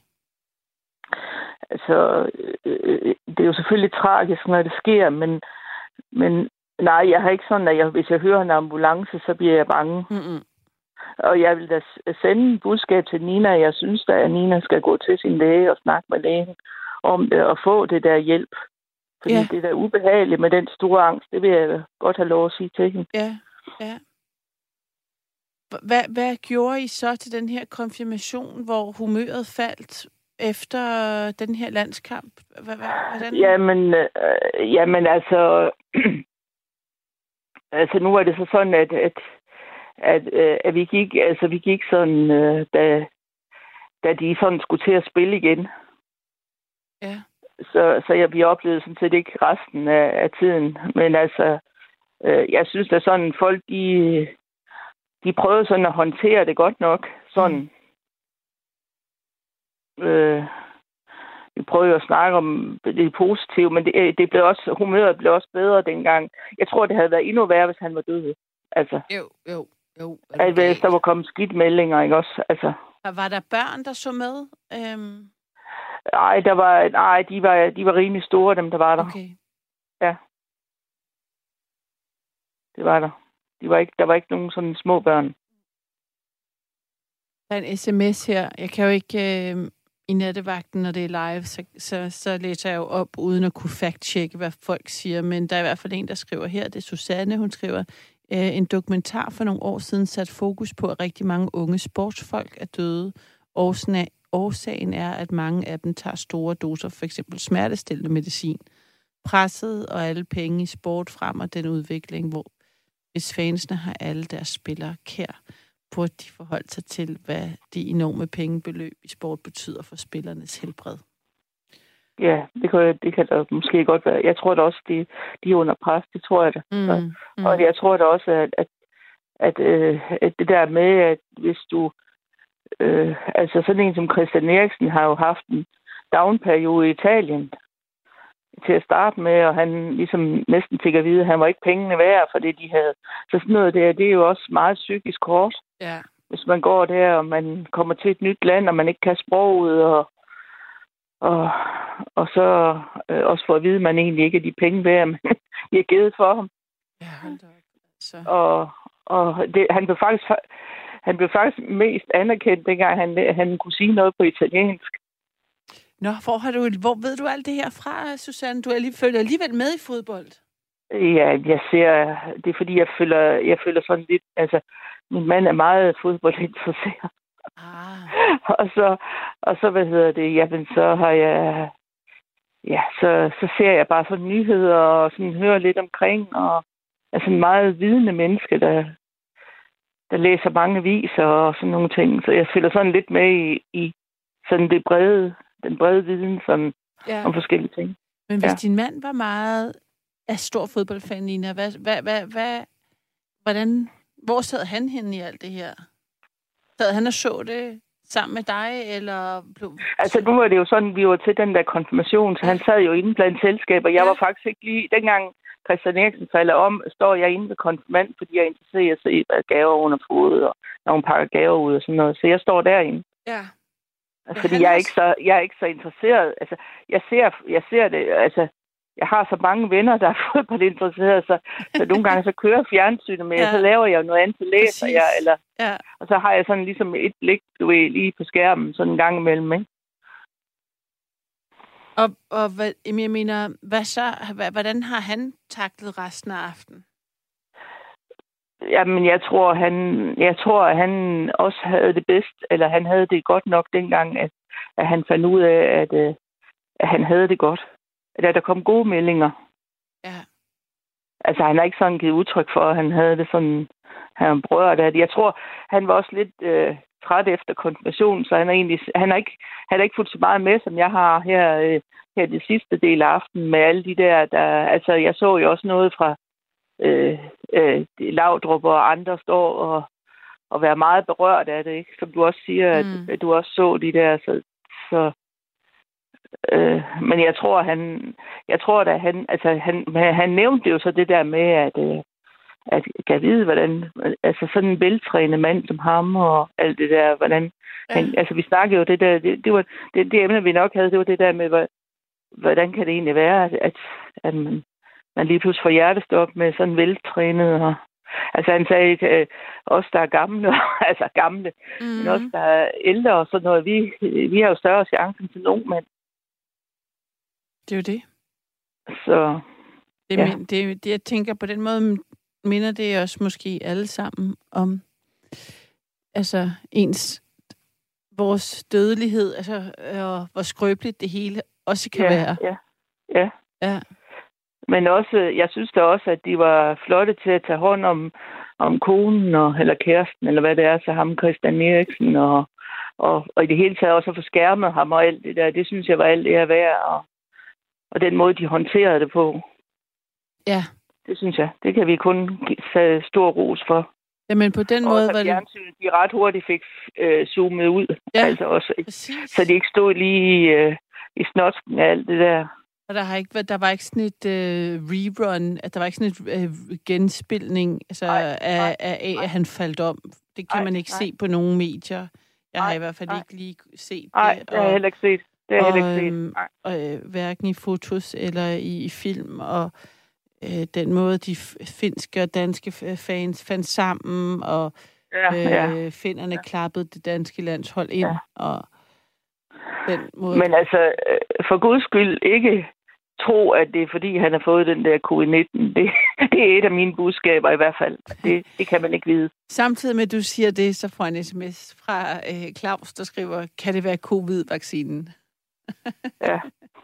Altså, det er jo selvfølgelig tragisk, når det sker, men nej, jeg har ikke sådan, at hvis jeg hører en ambulance, så bliver jeg bange. Mm-mm. Og jeg vil da sende en budskab til Nina. Jeg synes da, at Nina skal gå til sin læge og snakke med lægen om det og få det der hjælp. Fordi det er da ubehageligt med den store angst. Det vil jeg godt have lov at sige til hende. Ja. Hvad gjorde I så til den her konfirmation, hvor humøret faldt efter den her landskamp? Hvordan? Jamen altså... altså nu er det så sådan, at vi gik sådan, da de sådan skulle til at spille igen. Ja. Så vi oplevede sådan set ikke resten af tiden. Men altså, jeg synes at sådan folk, de prøvede sådan at håndtere det godt nok. Sådan. Vi prøvede at snakke om det positive, men det blev også, humøret blev også bedre dengang. Jeg tror, det havde været endnu værre, hvis han var død. Altså. Jo. Hvis der var kommet skidtmeldinger, ikke også? Altså. Var der børn, der så med? Nej, de var rimelig store, dem der var der. Okay. Ja. Det var der. Der var ikke nogen sådan små børn. Der er en sms her. Jeg kan jo ikke i nattevagten, når det er live, så læser jeg jo op, uden at kunne fact-checke, hvad folk siger. Men der er i hvert fald en, der skriver her. Det er Susanne, hun skriver, en dokumentar for nogle år siden sat fokus på, at rigtig mange unge sportsfolk er døde. Årsagen er, at mange af dem tager store doser, for eksempel smertestillende medicin. Presset og alle penge i sport fremmer den udvikling, hvor hvis fansene har alle deres spillere kær, burde de forholde sig til, hvad de enorme pengebeløb i sport betyder for spillernes helbred. Ja, det kan da måske godt være. Jeg tror da også, de er under pres. Det tror jeg da. Og jeg tror da også, at det der med, at hvis du... altså sådan en som Christian Eriksen har jo haft en down-periode i Italien til at starte med, og han ligesom næsten fik at vide, at han var ikke pengene værd for det, de havde. Så sådan noget der, det er jo også meget psykisk hårdt. Ja. Hvis man går der, og man kommer til et nyt land, og man ikke kan sproget, og så også for at vide, at man egentlig ikke er de penge værd, man har givet for ham. Ja, hold da op. Så. Og han blev faktisk mest anerkendt, dengang han kunne sige noget på italiensk. Nå, hvor ved du alt det her fra, Susanne? Du følger alligevel med i fodbold. Ja, det er fordi, jeg føler sådan lidt, altså, min mand er meget fodboldinteresseret. Og så, jamen, så har jeg, så ser jeg bare sådan nyheder, og sådan hører lidt omkring, og er sådan en meget vidende menneske, der læser mange aviser og sådan nogle ting. Så jeg følger sådan lidt med i sådan den brede viden sådan, om forskellige ting. Men hvis din mand var meget stor fodboldfan, Nina, hvor sad han henne i alt det her? Sad han og så det sammen med dig, eller... Altså, nu var det jo sådan, vi var til den der konfirmation, så han sad jo inde blandt selskaber. Jeg var faktisk ikke lige... Dengang Christian Eriksen falder om, står jeg inde ved konfirmand, fordi jeg er interesseret i at se, hvad gaver under fodet, og nogle pakker gaver ud og sådan noget. Så jeg står derinde. Ja. Fordi jeg er ikke så interesseret. Altså, jeg ser det... Altså, jeg har så mange venner, der er fodboldinteresserede, så nogle gange så kører fjernsynet med, så laver jeg noget andet, så læser jeg, og så har jeg sådan ligesom et blik, lige på skærmen, sådan en gang imellem, ikke? Og jeg mener, hvordan har han taklet resten af aftenen? Jamen, jeg tror, at han også havde det bedst, eller han havde det godt nok dengang, at han fandt ud af, at han havde det godt. At der kom gode meldinger. Ja. Altså, han har ikke sådan givet udtryk for, at han havde det sådan, han berørt af det. Jeg tror, han var også lidt træt efter konfirmationen, så han har ikke fulgt så meget med, som jeg har her det sidste del af aftenen, med alle de der altså, jeg så jo også noget fra Laudrup og andre står og være meget berørt af det, ikke? Som du også siger, at du også så de der, så men jeg tror, han nævnte jo så det der med, at kan vide, hvordan, altså sådan en veltrænet mand som ham og alt det der, hvordan, altså vi snakkede jo det der, det var det emne, vi nok havde, det var det der med, hvordan kan det egentlig være, at man lige pludselig får hjertestop med sådan veltrænet, og altså han sagde, os der er gamle, altså gamle, men os der er ældre og sådan noget, vi har jo større chance til nogen mænd. Det er jo det. Så det, jeg tænker på den måde, minder det os måske alle sammen om, altså vores dødelighed, altså og hvor skrøbeligt det hele også kan være. Ja. Men også, jeg synes da også, at de var flotte til at tage hånd om konen, eller kæresten, eller hvad det er, så ham Christian Eriksen, og i det hele taget også at få skærmet ham og alt det der. Det synes jeg var alt det her værd, og den måde, de håndterede det på. Ja. Det synes jeg. Det kan vi kun give stor ros for. Jamen på den måde var det... De ret hurtigt fik zoomet ud. Ja, altså også, præcis. Så de ikke stod lige i snotsken af alt det der. Og der var ikke sådan et rerun, at der var ikke sådan et genspilning altså af, at han faldt om. Det kan man ikke se på nogen medier. Jeg har i hvert fald ikke lige set det. Nej, det har jeg heller ikke set. Hverken i fotos eller i film, og den måde, de finske og danske fans fandt sammen, og finnerne klappede det danske landshold ind, og den måde... Men altså, for guds skyld ikke tro, at det er fordi, han har fået den der COVID-19. Det er et af mine budskaber i hvert fald. Det kan man ikke vide. Samtidig med, at du siger det, så får en sms fra Claus, der skriver, kan det være covid-vaccinen? Ja.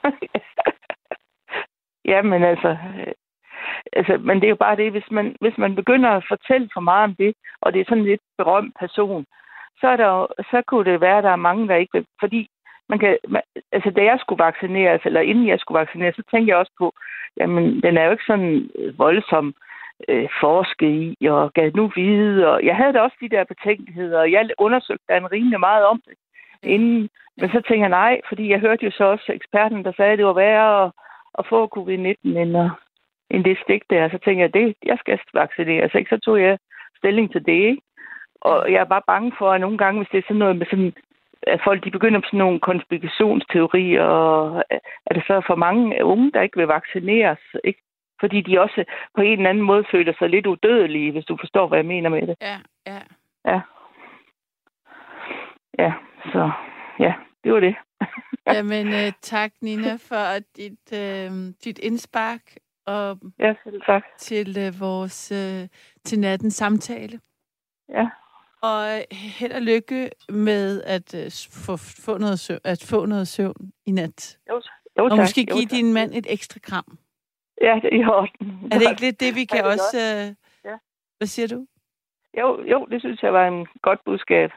Ja, men altså, men det er jo bare det, hvis man begynder at fortælle for meget om det, og det er sådan en lidt berømt person, så kunne det være, at der er mange, der ikke vil, fordi da jeg skulle vaccineres, eller inden jeg skulle vaccineres, så tænkte jeg også på, jamen, den er jo ikke sådan voldsom forsket i, og gav nu vide, og jeg havde da også de der betænkeligheder, og jeg undersøgte da rimelig meget om det inden, men så tænkte jeg nej, fordi jeg hørte jo så også eksperten, der sagde, at det var værre at få covid-19 end det stik der, så tænkte jeg, jeg skal vaccineres, ikke? Så tog jeg stilling til det, ikke? Og jeg er bare bange for, at nogle gange, hvis det er sådan noget med sådan, at folk de begynder på sådan nogle konspirationsteorier, og er det så for mange unge, der ikke vil vaccineres, ikke? Fordi de også på en eller anden måde føler sig lidt udødelige, hvis du forstår, hvad jeg mener med det. Ja, så det var det. Jamen, tak Nina for dit indspark og selv tak. Til vores til nattens samtale. Ja. Og held og lykke med at få noget søvn i nat. Jo, og tak. måske give din mand et ekstra kram. Ja, det er i orden. Er det ikke lidt det, vi kan også... Hvad siger du? Jo, det synes jeg var en godt budskab.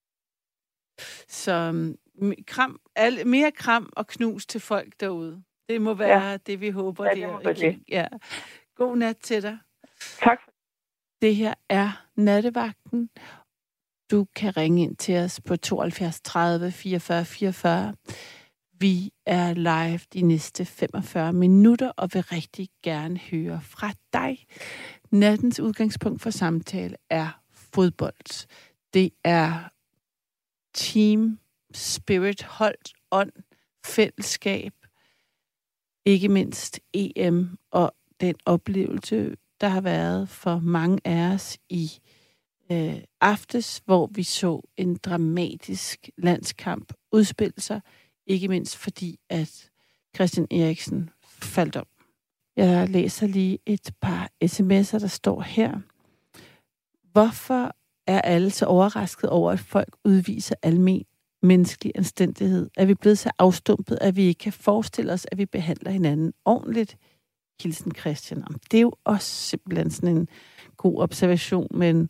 Så mere kram og knus til folk derude. Det må være det, vi håber. Ja. God nat til dig. Tak. Det her er Nattevagten. Du kan ringe ind til os på 72 30 44 44. Vi er live de næste 45 minutter og vil rigtig gerne høre fra dig. Nattens udgangspunkt for samtale er fodbold. Det er team, spirit, hold, ånd, fællesskab, ikke mindst EM og den oplevelse, der har været for mange af os i aftes, hvor vi så en dramatisk landskamp udspille sig, ikke mindst fordi, at Christian Eriksen faldt om. Jeg læser lige et par sms'er, der står her. Hvorfor er alle så overrasket over, at folk udviser almen menneskelig anstændighed? Er vi blevet så afstumpet, at vi ikke kan forestille os, at vi behandler hinanden ordentligt? Hilsen Christian. Det er jo også simpelthen sådan en god observation, men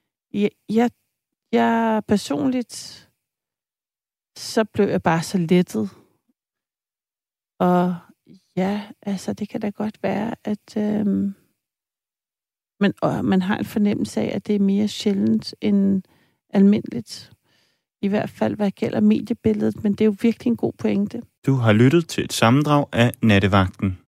jeg personligt, så blev jeg bare så lettet. Og ja, altså det kan da godt være, at man har en fornemmelse af, at det er mere sjældent end almindeligt. I hvert fald, hvad gælder mediebilledet, men det er jo virkelig en god pointe. Du har lyttet til et sammendrag af Nattevagten.